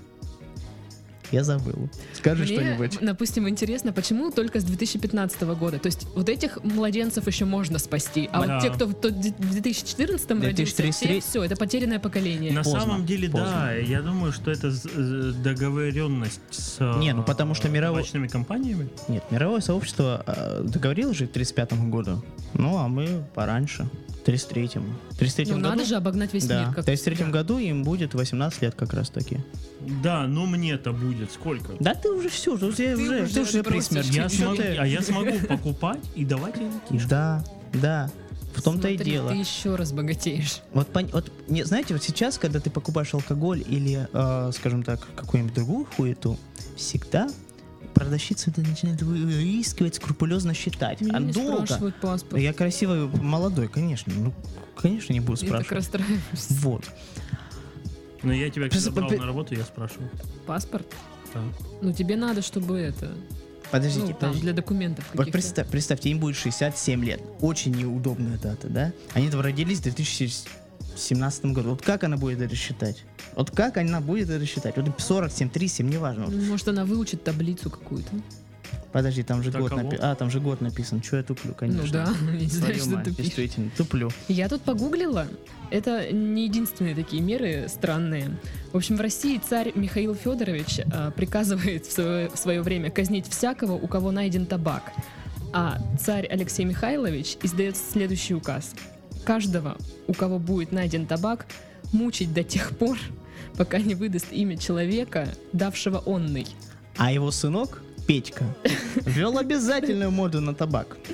Я забыл. Скажи Мне, что-нибудь. допустим, интересно, почему только с 2015 года? То есть вот этих младенцев еще можно спасти, а Да. вот те, кто в 2014 родился, 2033. все, это потерянное поколение. На Поздно, самом деле, поздно. да, я думаю, что это договоренность с Не, ну потому что мировой- табачными компаниями. Нет, мировое сообщество договорилось же к 35 году. Ну, а мы пораньше. В 33-м. В 33-м Ну году... надо же обогнать весь Да, мир. в Как 33-м году им будет 18 лет как раз таки. Да, но мне-то будет сколько? Да ты уже все, ты уже при бросишь. смерти. Я Что смогу, ты? а я смогу покупать и давать им кишки. Да, да. В том-то и Смотри, дело. ты еще раз богатеешь. Вот, знаете, вот сейчас, когда ты покупаешь алкоголь или, скажем так, какую-нибудь другую хуету, всегда продавщица это начинает выискивать, скрупулезно считать. Меня А не долго. спрашивают паспорт. Я красивый, молодой, конечно. Ну, конечно, не буду Я так спрашивать. расстраиваюсь. Вот. Но я тебя, когда Просто брал попи- на работу, я спрашиваю. Паспорт? Да. Ну тебе надо, чтобы это... Подождите, ну, там, подождите. для документов Вот каких-то. представьте, им будет 67 лет. Очень неудобная дата, да? Они там родились в 2017 году. Вот как она будет это считать? Вот как она будет это считать? Вот 47, 37, неважно. Ну, может, она выучит таблицу какую-то. Подожди, там же год Таково. написан. А, там же год написан. Че я туплю, конечно. Ну да, я не знаю, Твою что мать, ты пишешь. действительно, туплю. Я тут погуглила. Это не единственные такие меры странные. В общем, в России царь Михаил Федорович приказывает в свое время казнить всякого, у кого найден табак. А царь Алексей Михайлович издает следующий указ. Каждого, у кого будет найден табак, мучить до тех пор, пока не выдаст имя человека, давшего онный. А его сынок, Петька, ввел обязательную моду на табак.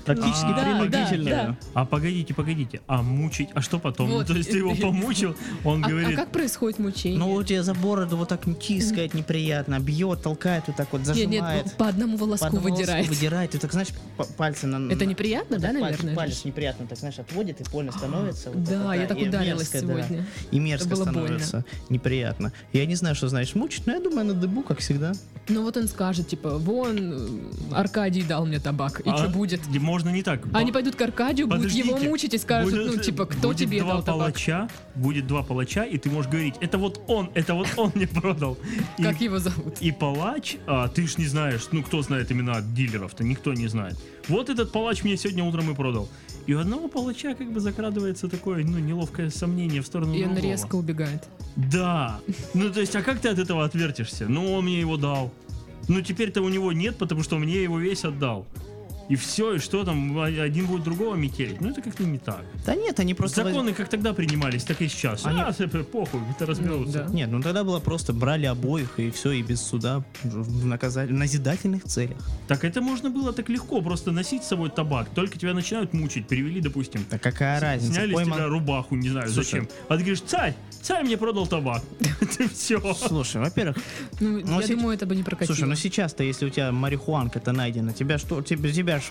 Практически Да, принудительную. да. А погодите, а мучить, а что потом? Вот. То есть ты его помучил, он А говорит, как происходит мучение? Ну, у тебя за бороду вот так тискает неприятно, бьет, толкает, вот так вот Нет, зажимает. по одному волоску По одному волоску выдирает. выдирает, и так, знаешь, пальцы на... Это неприятно, вот да, так наверное? Палец неприятно, так, знаешь, отводит, и больно становится. Вот Да, это, я так и ударилась мерзко, да. сегодня. И мерзко было больно. становится, неприятно. Я не знаю, что значит мучить, но я думаю, на дыбу, как всегда. Ну вот он скажет, типа, вон, Аркадий дал мне табак, и а, что будет? Можно не так. Они пойдут к Аркадию, будут его Подождите. мучить и скажут, Будет- ну, типа, кто будет тебе два дал табак? палача, будет два палача, и ты можешь говорить, это вот он мне продал. И- Как его зовут? И палач, ты ж не знаешь, ну кто знает имена дилеров-то, никто не знает. Вот этот палач мне сегодня утром и продал. И у одного палача как бы закрадывается такое, ну, неловкое сомнение в сторону И он другого. резко убегает. Да. Ну, то есть, а как ты от этого отвертишься? Ну, он мне его дал. Ну, теперь-то у него нет, потому что мне его весь отдал. И все, и что там, один будет другого метелить. Ну, это как-то не так. Да нет, они просто... Законы как тогда принимались, так и сейчас. Они- Похуй, это разберутся. Ну, да. Нет, ну тогда было просто брали обоих, и все, и без суда в назидательных целях. Так это можно было так легко, просто носить с собой табак. Только тебя начинают мучить, привели, допустим. Да какая разница? Сняли Пойман- с тебя рубаху, не знаю Слушай. зачем. А ты говоришь, царь мне продал табак. Ты все. Слушай, во-первых, Ну, Ну, я се- думаю, это бы не прокатило. слушай, ну сейчас-то, если у тебя марихуанка-то найдена, тебя что, тебя ж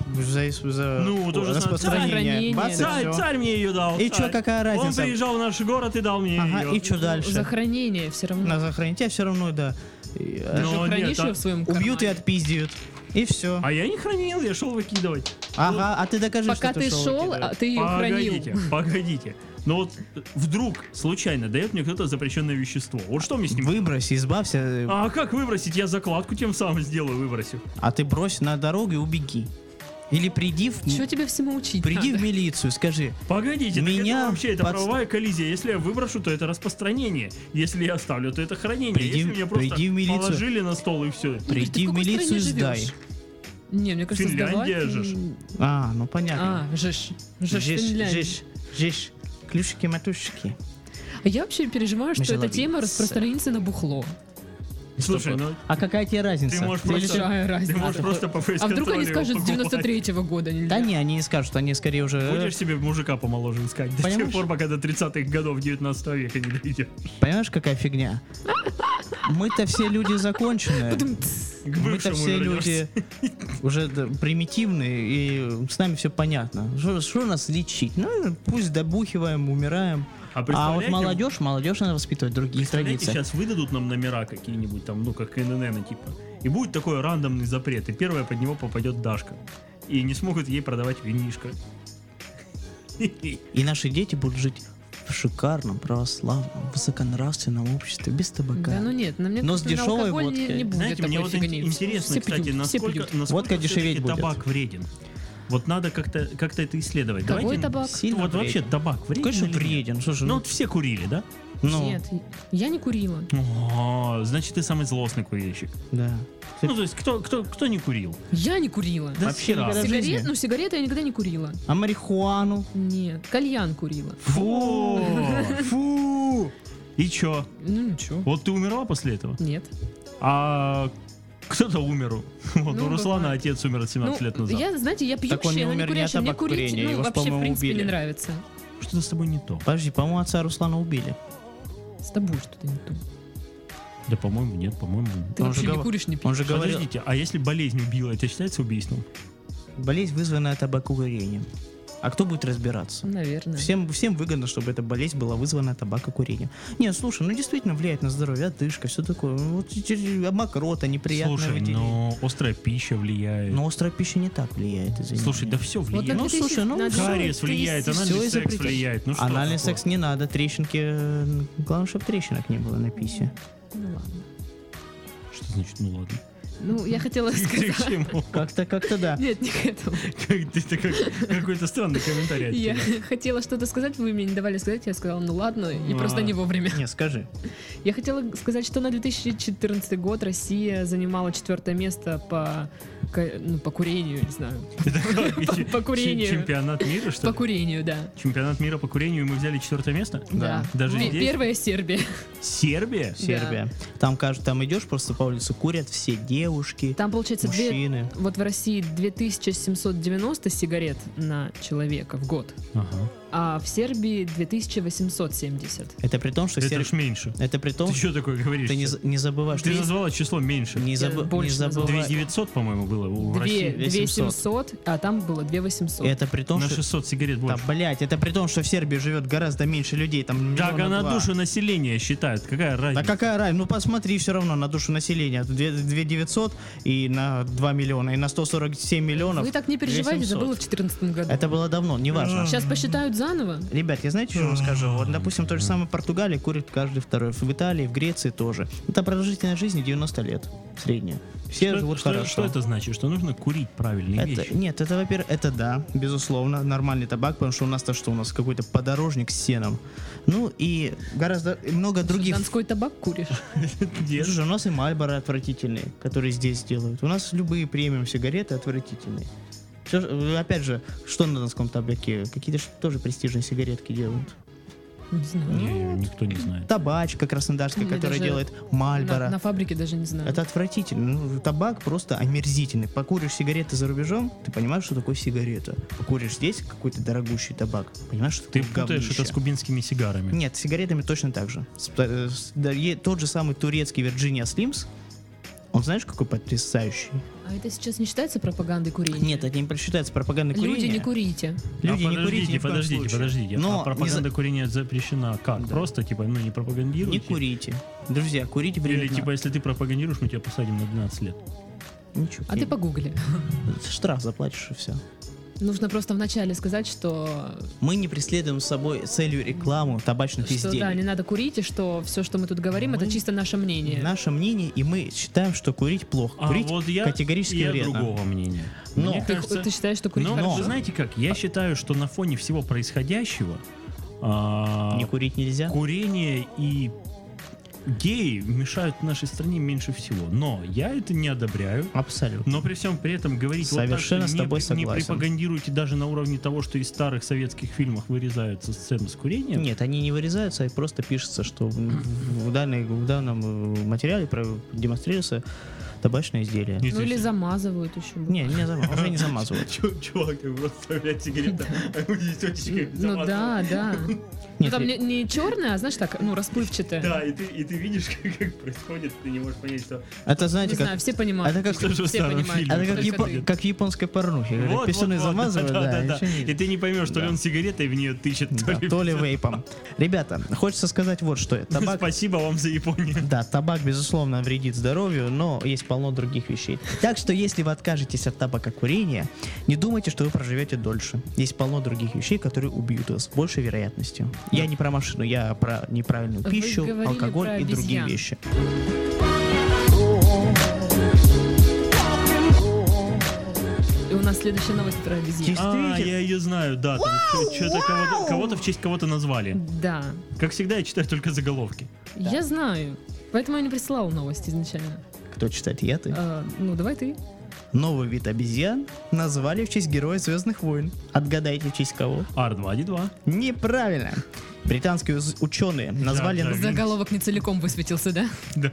за Ну, то же самое. распространение, Хранение, бац, и да. всё. Царь мне ее дал. И царь. чё, какая Он разница? приезжал в наш город и дал мне Ага, ее. и что дальше? За хранение все равно. На захоронить тебя все равно, да. И, Ты Ну, же хранишь нет, ее а- в своем убьют и кармане. отпиздят. И все. А я не хранил, я шел выкидывать. Ага, а ты докажи, Пока что ты шел, выкидывать. ты ее хранил. Погодите. Но вот вдруг случайно дает мне кто-то запрещенное вещество. Вот что мне с ним? Выбрось, избавься, А как выбросить? Я закладку тем самым сделаю, выбросив. а ты брось на дорогу и убеги. Или приди Чего тебе всему учить? приди надо? в милицию, скажи, Погодите, так Меня это вообще это подст- правовая коллизия. Если я выброшу, то это распространение. Если я оставлю, то это хранение. Приди- Если мне просто приди в милицию. положили на стол и все. Игорь, ты приди в в какой милицию и стране сдай. живешь? Не, мне кажется, Финляндия сдавать... же ж. А, ну понятно. Жиж. Финляндия. Жиж. Клюшки-матушки. А я вообще переживаю, что эта Мишеловица. тема распространится на бухло. Слушай, ну А какая тебе разница? ты можешь Ты просто, Большая ты разница. можешь просто по А вдруг они фейс-контролю скажут, с его покупать. 93-го года нельзя? Да не, они не скажут, они скорее уже... Будешь себе мужика помоложе искать до тех Понимаешь? пор, пока до 30-х годов 19 века не дойдет. Понимаешь, какая фигня? Мы-то все люди законченные. К Мы-то бывшему все вернешься. люди уже примитивные, и с нами все понятно. Что нас лечить? Ну, пусть добухиваем, умираем. А А вот представляете, молодежь надо воспитывать в других представляете, традициях. сейчас выдадут нам номера какие-нибудь там, ну, как КНН, типа. И будет такой рандомный запрет, и первая под него попадет Дашка. И не смогут ей продавать винишко. И наши дети будут жить в шикарном, православном, высоконравственном обществе, без табака. Да ну нет, на мне Но с кажется, на дешевой алкоголь водкой. не будет Знаете, мне такой вот фигни. интересно, Все кстати, пьют, все насколько пьют. Водка всё-таки дешеветь будет. табак вреден. Вот надо как-то это исследовать. Какой Давайте, табак? Сильно вот вообще вреден. табак вреден Конечно, или нет? вреден. Слушай, Ну вот все курили, да? ну, Нет, я не курила. О, значит, ты самый злостный курильщик. да. Ну, то есть, кто не курил? Я не курила. Да Вообще хера. никогда в жизни. Сигарет, ну сигареты я никогда не курила. А марихуану? Нет, кальян курила. Фу! Фу! И чё? Ну ничего. Вот ты умерла после этого? Нет. А кто-то умер. Вот Ну, у Руслана бывает. отец умер 17 лет назад. Я, знаете, я Так он не пьющая, но не умер не от курящая. Мне курить, табакокурения, ну, его ж, вообще, в по-моему, принципе, убили. не нравится. Что-то с тобой не то. Подожди, по-моему, отца Руслана убили. С тобой что-то не то. Да, по-моему, нет, по-моему. Ты Он вообще же не гов- куришь, не Он пьешь. же говорил, Подождите, а если болезнь убила, это считается убийством? болезнь, вызванная табакокурением. А кто будет разбираться? Наверное. Всем выгодно, чтобы эта болезнь была вызвана табакокурением. Нет, слушай, ну действительно влияет на здоровье, одышка, все такое. Вот мокрота, неприятное Слушай, выделение. но острая пища влияет. Но острая пища не так влияет, извини. Слушай, меня. да все Вот влияет. на Ну, 2000 слушай, ну, на Кариес 2000 влияет, всё анальный из-за секс притяж- влияет. Ну что Анальный такое? секс не надо, трещинки. Главное, чтобы трещинок не было на писе. Ну ладно. Что значит, ну ладно? Ну, я хотела Ты к сказать... чему? Как-то да. Нет, не к этому. Какой-то странный комментарий от Я тебя. хотела что-то сказать, вы мне не давали сказать, я сказала, ну ладно, и просто А. не вовремя. Не, скажи. Я хотела сказать, что на 2014 год Россия занимала 4-е место по по курению, не знаю. По курению. Чемпионат мира, что По ли? курению, да. Чемпионат мира по курению, и мы взяли 4 место? Да. Даже здесь? Первая Сербия. Сербия? Сербия. Там идешь просто по улице, курят все девушки, Там, получается, мужчины. вот в России 2790 сигарет на человека в год, Ага. а в Сербии 2870. Это при том, что Это Сербия... ж меньше. Это при том, Ты что такое говоришь? ты не забывай, что Ты есть- назвала число меньше. не больше назвала. забывай. 2900, по-моему, было в России. 2700, а там было 2800. Это при том, На что... 600 сигарет Да, больше. блять, это при том, что в Сербии живет гораздо меньше людей, там Так, а миллиона на два. душу населения считают. Какая Да разница? какая разница? Ну посмотри все равно на душу населения. 2900 и на 2 миллиона, и на 147 миллионов. Вы так не переживайте, это 2700. было в 2014 году. Это было давно, неважно. Сейчас посчитают заново. Ребят, я знаете, что вам скажу? Вот, допустим, то же самое в Португалии курит каждый второй. В Италии, в Греции тоже. Это продолжительность жизни 90 лет. Средняя. Все живут хорошо. Что это значит? Что нужно курить правильные Это, вещи? нет, это, во-первых, это да, безусловно, нормальный табак, потому что у нас-то что? У нас какой-то подорожник с сеном. Ну и гораздо много других. Донской табак куришь? Нет. Слушай, у нас и Мальборо отвратительные, которые здесь делают. У нас любые премиум сигареты отвратительные. Опять же, что на донском табаке? Какие-то тоже престижные сигаретки делают. Не знаю. Не, никто не знает. Табачка краснодарская, Я которая даже делает Мальборо. На фабрике даже не знаю. Это отвратительно. Ну, табак просто омерзительный. Покуришь сигареты за рубежом, ты понимаешь, что такое сигарета. Покуришь здесь какой-то дорогущий табак, понимаешь, что Ты такое путаешь говнище. это с кубинскими сигарами. Нет, с сигаретами точно так же. Тот же самый турецкий Virginia Slims, он знаешь, какой потрясающий? А это сейчас не считается пропагандой курения? Нет, это не считается пропагандой Люди, курения. не курите. Люди не курите ни подождите, в коем подождите, случае. подождите. Но А пропаганда курения запрещена как? Да. Просто, типа, не пропагандируйте? не курите. Друзья, курите вредно. Или, типа, если ты пропагандируешь, мы тебя посадим на 12 лет. Ничего. А ты погугли. Штраф заплатишь и все. Нужно просто вначале сказать, что Мы не преследуем с собой целью рекламу табачных изделий. да, не надо курить, и что все, что мы тут говорим, это чисто наше мнение. Наше мнение, и мы считаем, что курить плохо. А Курить вот я категорически вредно. другого мнения. Но- Мне Ты, кажется, ты считаешь, что курить но, хорошо? вы знаете как? Я считаю, что на фоне всего происходящего Не курить нельзя. курение и геи мешают нашей стране меньше всего. Но я это не одобряю. Абсолютно. Но при всем при этом говорить Совершенно вот так, с тобой не согласен. пропагандируйте даже на уровне того, что из старых советских фильмов вырезаются сцены с курением. Нет, они не вырезаются, и просто пишется, что в данном материале демонстрируется табачное изделие. Нет, Ну или если- замазывают еще. Не, уже не замазывают. Чувак, ты просто вставляет сигарету, а у него тетечка Ну да, да. Ну Нет, там не черная, а знаешь так, ну расплывчатая. Да, и ты видишь, как происходит, ты не можешь понять, что... Это Не знаете, знаю, как... все понимают. Это как- Что же в все старом понимают. фильме? Это только ты. как в японской порнухе. Когда писюны замазывают, да, да. еще не- И ты не поймешь, то ли Да. он сигаретой в нее тычет, Да, то ли вейпом. Ребята, хочется сказать вот что. Табак, Спасибо вам за Японию. да, табак, безусловно, вредит здоровью, но есть полно других вещей. Так что, если вы откажетесь от табакокурения, не думайте, что вы проживете дольше. Есть полно других вещей, которые убьют вас с большей вероятностью. Я не про машину, я про неправильную Вы пищу, говорили алкоголь про и другие обезьян. вещи. И у нас следующая новость про обезьян. Действительно. Я ее знаю, да. Там что-то кого-то в честь кого-то назвали. Да, Как всегда, я читаю только заголовки. я знаю. Поэтому я не присылала новости изначально. Кто читает? Я, ты? Ну, давай ты. Новый вид обезьян назвали в честь героя Звездных войн. Отгадайте, в честь кого? R2D2. Неправильно. Британские ученые назвали... Жак. Заголовок не целиком высветился, да? Да.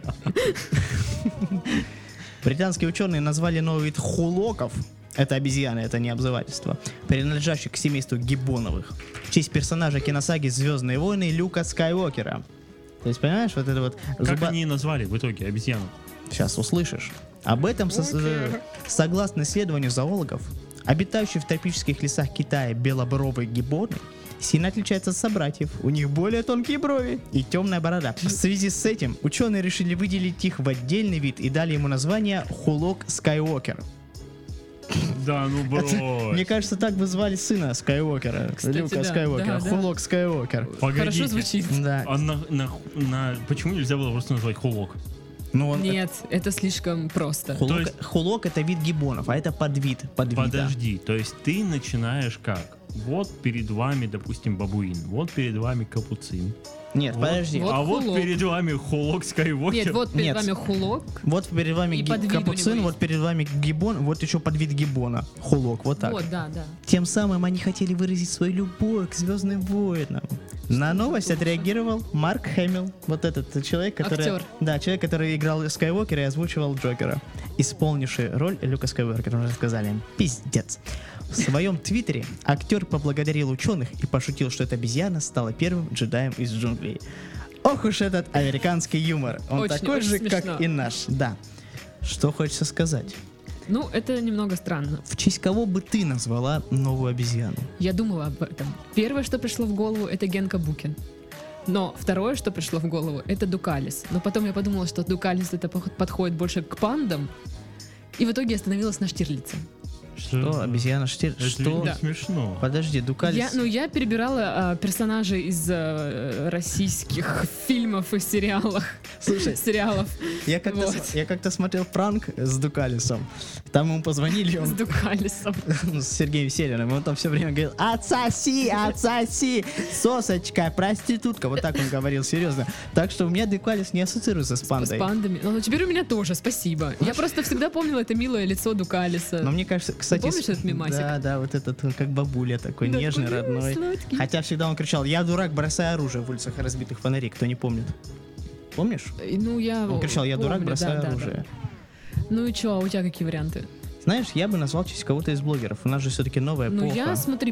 Британские ученые назвали новый вид хулоков. Это обезьяны, это не обзывательство. Принадлежащих к семейству гиббоновых. В честь персонажа киносаги «Звездные войны» Люка Скайуокера. То есть, понимаешь, вот это вот... Как они назвали в итоге обезьяну? Сейчас услышишь. Об этом, согласно исследованию зоологов, обитающие в тропических лесах Китая белобровые гиббоны сильно отличаются от собратьев. У них более тонкие брови и темная борода. В связи с этим ученые решили выделить их в отдельный вид и дали ему название Хулок Скайуокер. Да, ну бро. Мне кажется, так бы звали сына Скайуокера. Кстати, Люка да, Скайуокера. да, да. Хулок Скайуокер. Хорошо звучит. Да. А почему нельзя было просто назвать хулок? Ну, он- Нет, это слишком просто. Хулок, То есть- хулок это вид гиббонов, а это подвид. Подвида. Подожди, то есть ты начинаешь как? Вот перед вами, допустим, бабуин, вот перед вами капуцин. Нет, подожди. Вот А вот Хулок. перед вами Хулок Скайуокер. Нет, вот перед Нет. вами Хулок. Вот перед вами И под вид у капуцин, него вот есть. перед вами гибон, вот еще под вид гиббона. Хулок, вот так. Вот, да. Тем самым они хотели выразить свою любовь к Звездным войнам. На новость отреагировал Марк Хэмилл. Вот этот человек, который... Актер. Да, человек, который играл Скайуокера и озвучивал Джокера. Исполнивший роль Люка Скайуокера. Уже сказали им, пиздец. В своем твиттере актер поблагодарил ученых и пошутил, что эта обезьяна стала первым джедаем из джунглей. Ох уж этот американский юмор. Он Очень, такой очень же, смешно. как и наш. Да. Что хочется сказать? Ну, это немного странно. В честь кого бы ты назвала новую обезьяну? Я думала об этом. Первое, что пришло в голову, это Генка Букин. Но второе, что пришло в голову, это Дукалис. Но потом я подумала, что Дукалис это подходит больше к пандам. И в итоге я остановилась на Штирлице. Что? Обезьяна Штирлиц? Это Что? не смешно. Подожди, Дукалис... Я перебирала персонажей из российских фильмов и сериалов. Слушай, Сериалов я как-то, Вот. я как-то смотрел пранк с Дукалисом. Там ему позвонили, с он Дукалисом. с Сергеем Селиным, он там все время говорил: отсоси, отсоси, сосочка, проститутка. Вот так он говорил, серьезно. Так что у меня Дукалис не ассоциируется с С пандой. пандами. Ну, теперь у меня тоже, спасибо. Я просто всегда помнила это милое лицо Дукалиса. Но мне кажется, кстати... помнишь этот мемасик? Да, вот этот, он как бабуля такой, Да, нежный, такой родной. сладкий. Хотя всегда он кричал: я дурак, бросай оружие в улицах разбитых фонарей. Кто не помнит? Помнишь? Ну, я Он кричал: я дурак, помню, бросай да. оружие. Ну и чё, а у тебя какие варианты? Знаешь, я бы назвал в честь кого-то из блогеров. У нас же все-таки новая эпоха. Ну, я, смотри,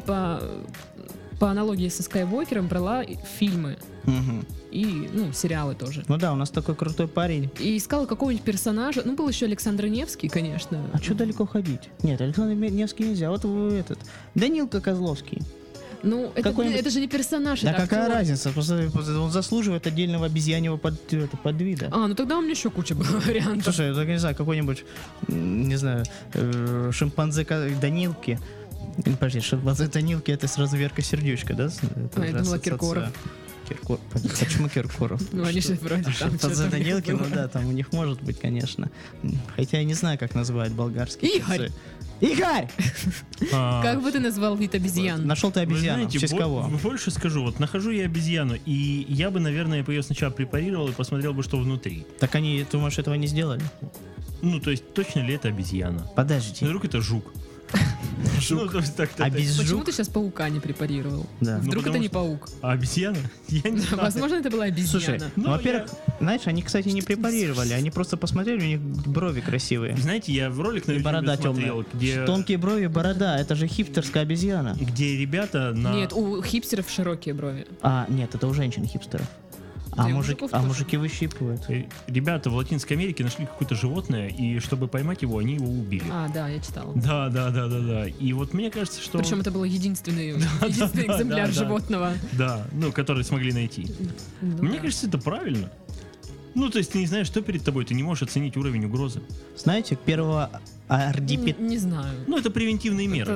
по аналогии со Скайуокером брала фильмы Мгм. и, сериалы тоже. Ну да, у нас такой крутой парень. И искала какого-нибудь персонажа. Ну, был еще Александр Невский, конечно. А что далеко ходить? Нет, Александр Невский нельзя. Вот этот. Данилка Козловский. Ну, Какой-нибудь- это же не персонаж, Да это какая актер. разница? Просто он заслуживает отдельного обезьяньего подвида. А, ну тогда у меня еще куча было вариантов. Слушай, я так не знаю, какой-нибудь, не знаю, шимпанзе Данилки. Подожди, шимпанзе Данилки — это сразу Верка Сердючка, да? Это А, я же думала, ассоциация. Киркоров. Почему Киркоров? Ну, они же вроде там Шимпанзе что-то у них Данилки, ну было. да, там у них может быть, конечно. Хотя я не знаю, как называют болгарские Игорь! певцы. Игорь! Как бы ты назвал вид обезьян? Нашел ты Вы обезьяну. знаете, В честь кого? больше скажу, вот нахожу я обезьяну, и я бы, наверное, ее сначала препарировал и посмотрел бы, что внутри. Так они, думаешь, этого не сделали? Ну, то есть, точно ли это обезьяна? Подожди. Вдруг это жук? Ну, то есть, так-то А это- без Почему жук? ты сейчас паука не препарировал? Да. Ну, Вдруг это потому не что- паук? А обезьяна? Я не знаю. Возможно, это была Слушай, обезьяна. ну, Ну, во-первых, знаешь, они, кстати, не препарировали, они просто посмотрели, у них брови красивые. Знаете, я в ролик на И YouTube борода смотрел, темная. Тонкие брови, борода, это же хипстерская обезьяна. где ребята на... Нет, у хипстеров широкие брови. А, нет, это у женщин-хипстеров. Да, и у мужиков тоже. мужики выщипывают. Ребята в Латинской Америке нашли какое-то животное, и чтобы поймать его, они его убили. А, да, я читала. Да. И вот мне кажется, что... Причем это был единственный да, экземпляр да. животного. Да, ну, который смогли найти. Ну Мне да. кажется, это правильно. Ну, то есть ты не знаешь, что перед тобой, ты не можешь оценить уровень угрозы. Знаете, первого RDP... Не знаю. Ну, это превентивные меры. Это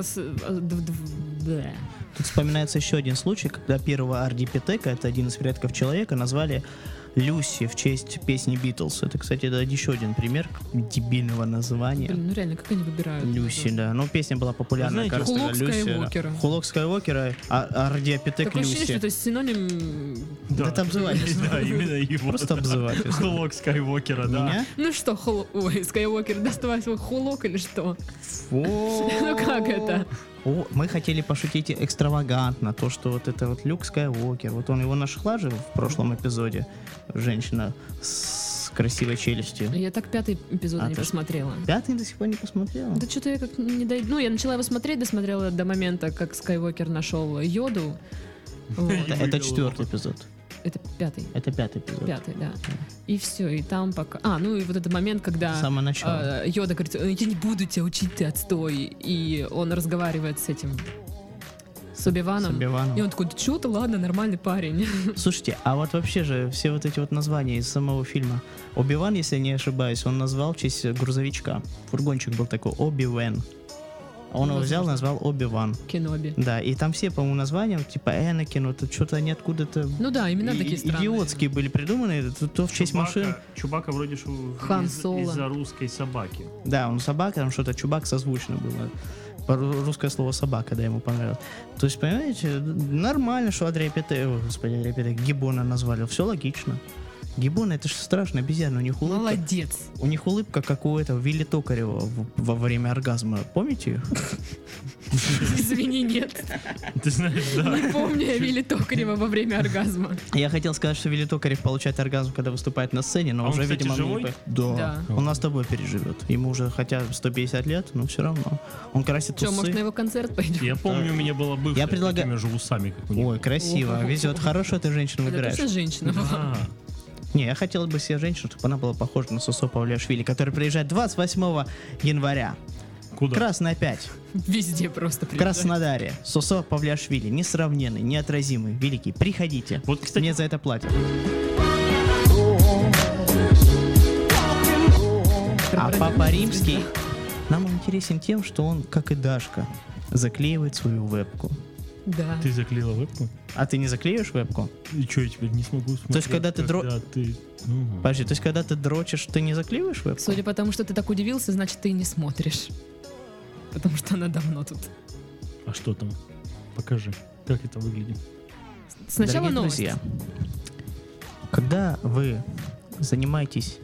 да. Тут вспоминается еще один случай, когда первого RDP-тека, это один из предков человека, назвали Люси в честь песни Битлз. Это, кстати, это еще один пример дебильного названия. Блин, ну реально, как они выбирают? Люси, да. Ну, песня была популярная. Знаете, кажется, Хулок Люси, да. Скайуокера. Хулок Скайуокера, а RDP-тек Такое ощущение, что Люси. это синоним... Да, это обзывательство. Да, именно его. Просто обзывательство. Хулок Скайуокера, да. Меня? Ну что, Ой, Скайуокер, доставай свой хулок или что? Фу. Ну как это? О, мы хотели пошутить экстравагантно, то, что вот это вот Люк Скайуокер, вот он его нашла же в прошлом эпизоде, женщина с красивой челюстью. Я так 5-й эпизод А не ты- посмотрела. Пятый до сих пор не посмотрела? Да что-то я как не дойду. Ну, я начала его смотреть, досмотрела до момента, как Скайуокер нашел Йоду. Вот. Это четвертый эпизод. Это 5-й. Это пятый эпизод. 5-й, да. И все, и там пока... А, ну и вот этот момент, С когда самого начала. Йода говорит: я не буду тебя учить, ты отстой. И он разговаривает с этим... С Оби-Ваном. С Оби-Ваном. И он такой: да чё ты, ладно, нормальный парень. Слушайте, а вот вообще же все вот эти вот названия из самого фильма. Оби-Ван, если я не ошибаюсь, он назвал в честь грузовичка. Фургончик был такой Оби-Вэн. Он его взял, Возможно. назвал Оби-Ван. Кеноби. Да, и там все, по-моему, названия, типа Энакин, вот что-то они откуда-то Ну да, имена такие странные. идиотские были придуманы, то в честь машин. Чубака вроде Хан Соло. из-за русской собаки. Да, он собака, там что-то Чубак созвучно было. Русское слово собака, да, ему понравилось. То есть, понимаете, нормально, что Гиббона назвали. Все логично. Гиббоны — это же страшно, обезьяны. У них улыбка. Молодец. У них улыбка, как у этого Вилли Токарева во время оргазма. Помните их? Извини, нет. Ты знаешь, да. Не помню я Вилли Токарева во время оргазма. Я хотел сказать, что Вилли Токарев получает оргазм, когда выступает на сцене, но А он, уже, кстати, видимо, живой? Да. Он нас с тобой переживет. Ему уже хотя 150 лет, но все равно. Он красит Что, может, на усы. его концерт пойдем? Я помню, у меня была бывшая Я предлагаю- с такими же усами, как у него. Ой, красиво, везет. Хорошую ты женщину Это выбираешь. точно женщина была. А, Не, я хотел бы себе женщину, чтобы она была похожа на Сосо Павлиашвили, который приезжает 28 января. куда? Красная 5. Везде просто В приезжает. Краснодаре. Сосо Павлиашвили. Несравненный, неотразимый, великий. Приходите. Вот, кстати, Мне за это платят. А Папа Римский нам он интересен тем, что он, как и Дашка, заклеивает свою вебку. Да. ты заклеила вебку? А ты не заклеиваешь вебку? И что, я теперь не смогу смотреть? когда ты ты... Ну, Подожди, то есть когда ты дрочишь, ты не заклеиваешь вебку? Судя по тому, что ты так удивился, значит, ты и не смотришь. Потому что она давно тут. а что там? Покажи, как это выглядит. Сначала Дорогие новость. друзья, когда вы занимаетесь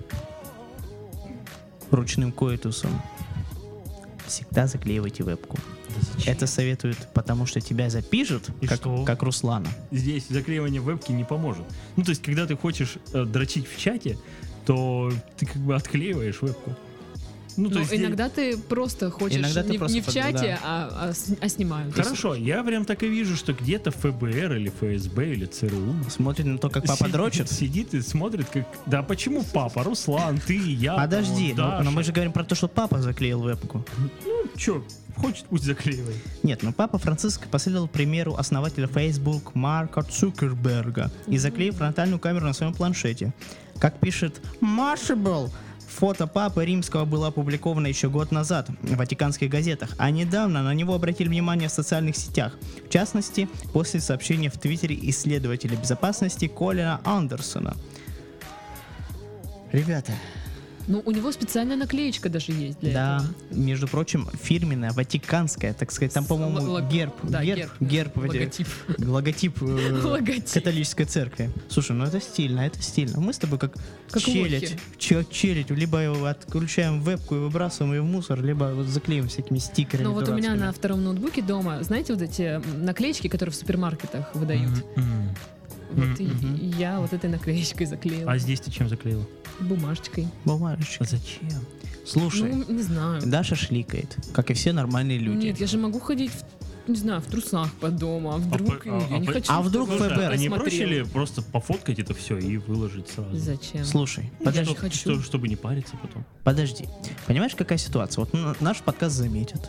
ручным коитусом, всегда заклеивайте вебку. Это советуют, потому что тебя запишут, И что? как Руслана. Здесь заклеивание вебки не поможет. Ну, то есть, когда ты хочешь дрочить в чате, то ты как бы отклеиваешь вебку. Ну, то Ну, есть, иногда ты просто хочешь Иногда ты не, просто не в чате, да. а снимают. Хорошо, я прям так и вижу, что где-то ФБР или ФСБ или ЦРУ Смотрит на то, как папа дрочит. Сидит и смотрит, как... Да почему папа? Руслан, ты, я. Подожди, там, но мы Даша. же говорим про то, что папа заклеил вебку. Ну, чё, хочет, пусть заклеивает. Нет, но папа Франциск последовал примеру основателя Facebook Марка Цукерберга и заклеил фронтальную камеру на своем планшете. Как пишет Mashable, фото папы римского было опубликовано еще год назад в ватиканских газетах, а недавно на него обратили внимание в социальных сетях. В частности, после сообщения в Твиттере исследователя безопасности Колина Андерсона. Ребята, Ну, у него специальная наклеечка даже есть для да, этого. между прочим, фирменная, ватиканская, так сказать, там, по-моему, Лог- герб, да, герб, Логотип. логотип Логотип. католической церкви. Слушай, ну это стильно, это стильно. Мы с тобой как челядь, лохи. челядь, либо его отключаем вебку и выбрасываем ее в мусор, либо вот заклеим всякими стикерами. Ну вот у меня дурацкими. на втором ноутбуке дома, знаете, вот эти наклеечки, которые в супермаркетах выдают. Вот и я вот этой наклеечкой заклеила. А здесь ты чем заклеила? Бумажечкой. Бумажечка. Зачем? Слушай, Ну, не знаю. Даша шликает, как и все нормальные люди. Нет, я же могу ходить, не знаю, в трусах по дому, а вдруг я не хочу. а вдруг чтобы ФБР? кто-то А не смотрел. проще ли просто пофоткать это все и выложить сразу? Зачем? Слушай, Я подожди, не хочу. Чтобы не париться потом. подожди. Понимаешь, какая ситуация? Вот наш подкаст заметят.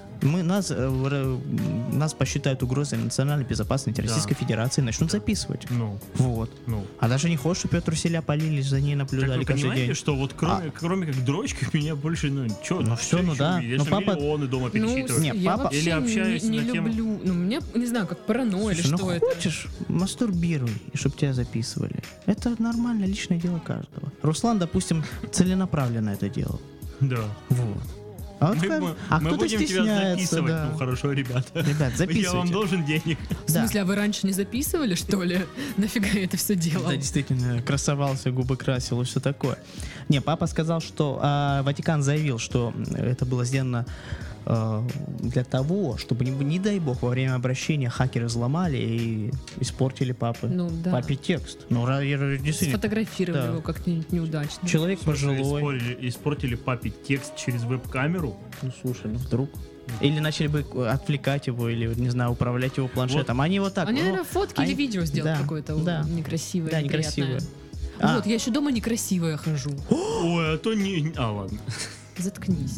Нас посчитают угрозой национальной безопасности Российской Федерации и начнут записывать. Ну, Вот. ну. А даже не хочешь, чтобы ее труселя полились, за ней Так наблюдали вы каждый понимаете, день. что вот кроме как дрочки, меня больше, ну, чё, Ну всё, ну да. Я Ну же папа- миллионы дома Ну, перечитываю. Не, я папа- вообще Или общаюсь не на тему- люблю. Ну, мне, не знаю, как паранойя или Слушай, ну что это. хочешь, мастурбируй, и чтобы тебя записывали. Это нормально, личное дело каждого. Руслан, допустим, целенаправленно это делал. Да. Вот. А, вот Мы кто-то будем тебя стесняется, записывать. да. Ну, хорошо, ребята. Ребят, Я вам записывайте. должен денег. В Да. смысле, а вы раньше не записывали, что ли? Нафига я это все делал? Да, действительно, красовался, губы красил и все такое. Не, папа сказал, что Ватикан заявил, что это было сделано для того, чтобы, не дай бог, во время обращения хакеры взломали и испортили Ну да. папе текст. Ну, действительно, Сфотографировали да. его как-нибудь неудачно. человек пожилой. Испортили папе текст через веб-камеру. Ну, слушай, ну вдруг. Или начали бы отвлекать его, или, не знаю, управлять его планшетом. Они вот так. Они, ну, наверное, фотки или они- видео сделали да, какое-то да. некрасивое, Да, неприятное. некрасивое. А. Вот, я еще дома некрасивая хожу. Ой, а то не... А, ладно. Заткнись.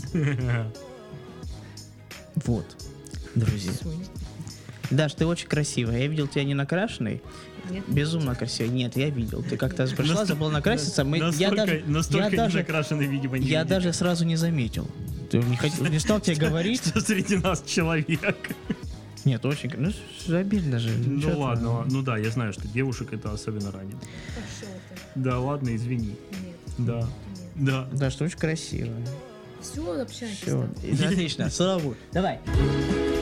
Вот, друзья. Даш, ты очень красивая. Я видел тебя не накрашенной. Нет. Безумно красивая. Нет, я видел. Ты как-то пришла, забыла накраситься. Настолько не накрашенный, видимо, не Я видели. даже сразу не заметил. Ты не стал тебе говорить? Что среди нас человек. Нет, очень... Ну, обидно же. Ну Чё ты? ладно, ну да, я знаю, что девушек это особенно ранит. Да ладно, извини. Да. Да. Даш, ты очень красивая. Все, общайся. Все. Отлично, слава богу. Давай.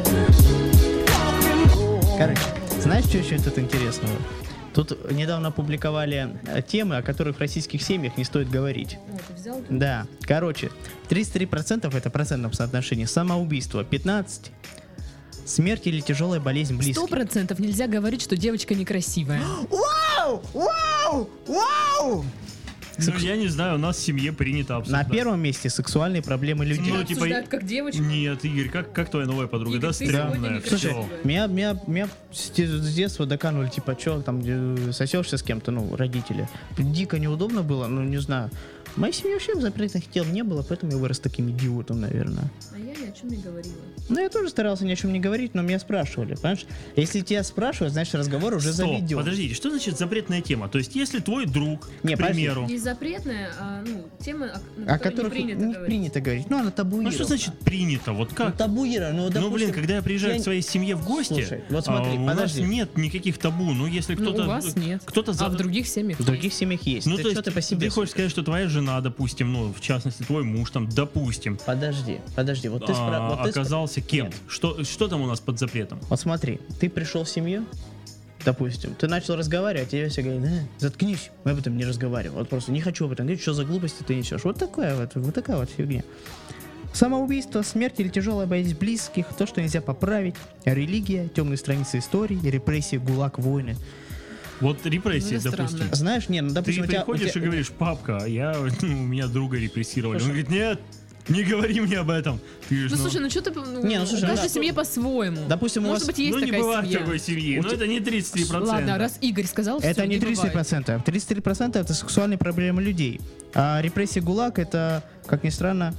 Короче, знаешь, что еще тут интересного? Тут недавно опубликовали темы, о которых в российских семьях не стоит говорить. Ты взял? Да, короче, 33% это в процентном соотношении самоубийство, 15% смерть или тяжелая болезнь близких. 100% нельзя говорить, что девочка некрасивая. Вау! Вау! Вау! Ну, я не знаю, у нас в семье принято На обсуждать. первом месте сексуальные проблемы людей. Ну, типа, Обсуждают как девочку. Нет, Игорь, как твоя новая подруга? Игорь, Да, ты сегодня стрёмная. некрасивая. Слушай, Всё. меня с детства доканули, типа, что там сосешься с кем-то, ну, родители. Дико неудобно было, ну, не знаю. В моей семье вообще запретных тел не было, поэтому я вырос таким идиотом, наверное. А я ни о чем не говорила. Ну, я тоже старался ни о чем не говорить, но меня спрашивали, понимаешь? Если тебя спрашивают, значит, разговор уже Стоп, заведен. подождите, что значит запретная тема? То есть, если твой друг, Не, к примеру... Не запретная, а тема, О которых не принято не говорить. принято говорить. Ну, она Ну, табуирована. что значит принято? Вот Ну, как? табуирована, ну, Ну, допустим, блин, когда я приезжаю я- к своей семье в гости, Слушай, вот смотри, у нас подожди. нет никаких табу. Ну, если Ну, кто-то... у вас нет. Кто-то А в других семьях В других семьях есть. Ну, ты то что есть, ты по себе ты хочешь сказать, что твоя жена, допустим, ну, в частности, твой муж, там, допустим, Подожди. Вот ты, вот ты оказался кем? Нет. Что там у нас под запретом? Вот смотри, ты пришел в семью, допустим, ты начал разговаривать, а тебе все говорят, заткнись, мы об этом не разговариваем. Вот просто не хочу об этом говорить, что за глупости ты несешь. Вот такая вот фигня. Самоубийство, смерть или тяжелая болезнь близких, то, что нельзя поправить, религия, темные страницы истории, репрессии, ГУЛАГ, войны. Вот репрессии, Ну, это допустим. странно. Знаешь, не, ну Ты допустим, приходишь и говоришь, папка, у меня друга репрессировали. Он говорит, нет, не говори мне об этом. Ты говоришь, Ну, слушай, ну что ты... Не, ну, слушай, в каждой да. семье по-своему. Допустим, у Может вас- быть, есть ну не такая бывает семья. такой семьи, но это не 33%. Ладно, раз Игорь сказал, Это всё, не бывает. 33%. 33% это сексуальные проблемы людей. А репрессии ГУЛАГ это, как ни странно,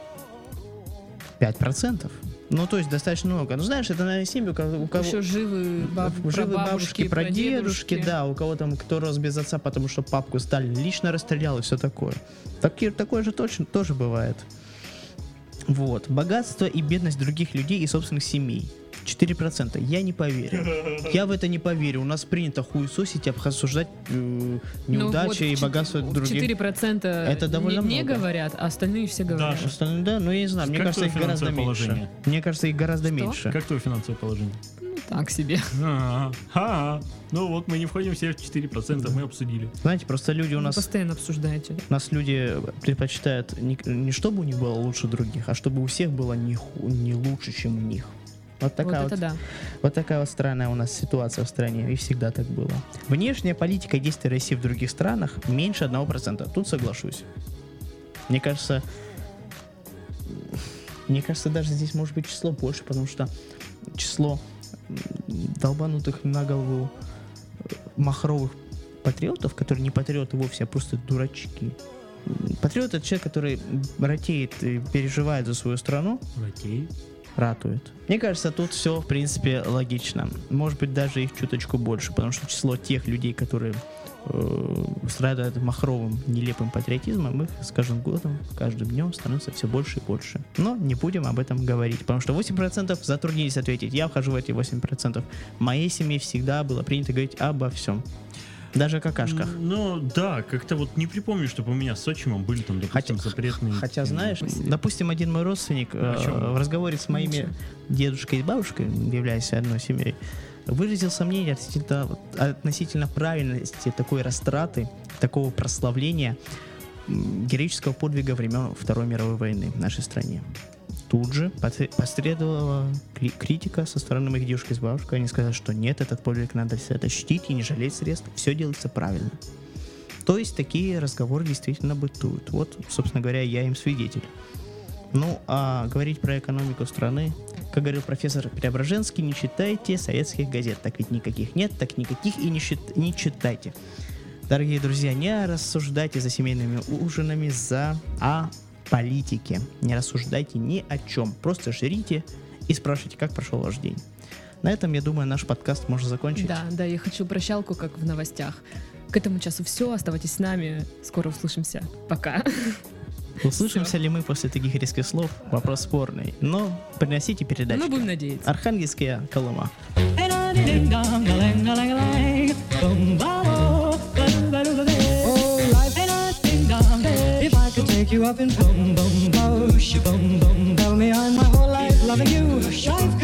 5%. Ну, то есть достаточно много. Ну, знаешь, это, наверное, семьи, у кого... Еще живы Живы бабушки, прадедушки, прадедушки. да, у кого там, кто рос без отца, потому что папку Сталин лично расстрелял и все такое. Такое же точно тоже бывает. Вот. Богатство и бедность других людей и собственных семей. 4%. Я не поверю. Я в это не поверю. У нас принято хуесосить и обсуждать неудачи и богатство других. 4% Это довольно не много. говорят, а остальные все говорят. Даша, Остальные, да, ну я не знаю, мне Как кажется, их твое гораздо финансовое меньше. положение? Мне кажется, их гораздо Что? меньше. Как твое финансовое положение? Ну, так себе. Ну вот мы не входим все в 4%, мы обсудили. Знаете, просто люди у Вы нас... постоянно обсуждаете. У нас люди предпочитают не чтобы у них было лучше других, а чтобы у всех было не лучше, чем у них. Вот такая Вот это да. вот такая вот странная у нас ситуация в стране, и всегда так было. Внешняя политика и действия России в других странах меньше 1%. Тут соглашусь. Мне кажется, даже здесь может быть число больше, потому что число долбанутых на голову махровых патриотов, которые не патриоты вовсе, а просто дурачки. Патриот — это человек, который ратеет и переживает за свою страну, Окей. ратует. Мне кажется, тут все, в принципе, логично. Может быть, даже их чуточку больше, потому что число тех людей, которые страдают махровым, нелепым патриотизмом, их с каждым годом, каждым днем становится все больше и больше. Но не будем об этом говорить, потому что 8% затруднились ответить. Я вхожу в эти 8%. В моей семье всегда было принято говорить обо всем. Даже о какашках. Ну да, как-то вот не припомню, чтобы у меня с отчимом были там, допустим, запретные. Хотя, темы. знаешь, допустим, один мой родственник чем? в разговоре с моими Ничего. дедушкой и бабушкой, являясь одной семьей, выразил сомнение относительно правильности такой растраты, такого прославления героического подвига времен Второй мировой войны в нашей стране. Тут же последовала критика со стороны моих дедушки с бабушкой. Они сказали, что нет, этот подвиг надо всегда чтить и не жалеть средств. Все делается правильно. То есть такие разговоры действительно бытуют. Вот, собственно говоря, я им свидетель. Ну, а говорить про экономику страны, как говорил профессор Преображенский, не читайте советских газет. Так ведь никаких нет, так никаких и не читайте. Дорогие друзья, не рассуждайте за семейными ужинами о политике. Не рассуждайте ни о чем. Просто жрите и спрашивайте, как прошел ваш день. На этом, я думаю, наш подкаст можно закончить. Да, я хочу прощалку, как в новостях. К этому часу все, оставайтесь с нами. Скоро услышимся. Пока. Услышимся ли мы после таких резких слов? Вопрос спорный. Но приносите передачи. Мы будем надеяться. Архангельская Колыма. Oh, life ain't a ding-dong. If I could take you up in boom, boom, boom, boom, boom, tell me I'm my whole life loving you. Life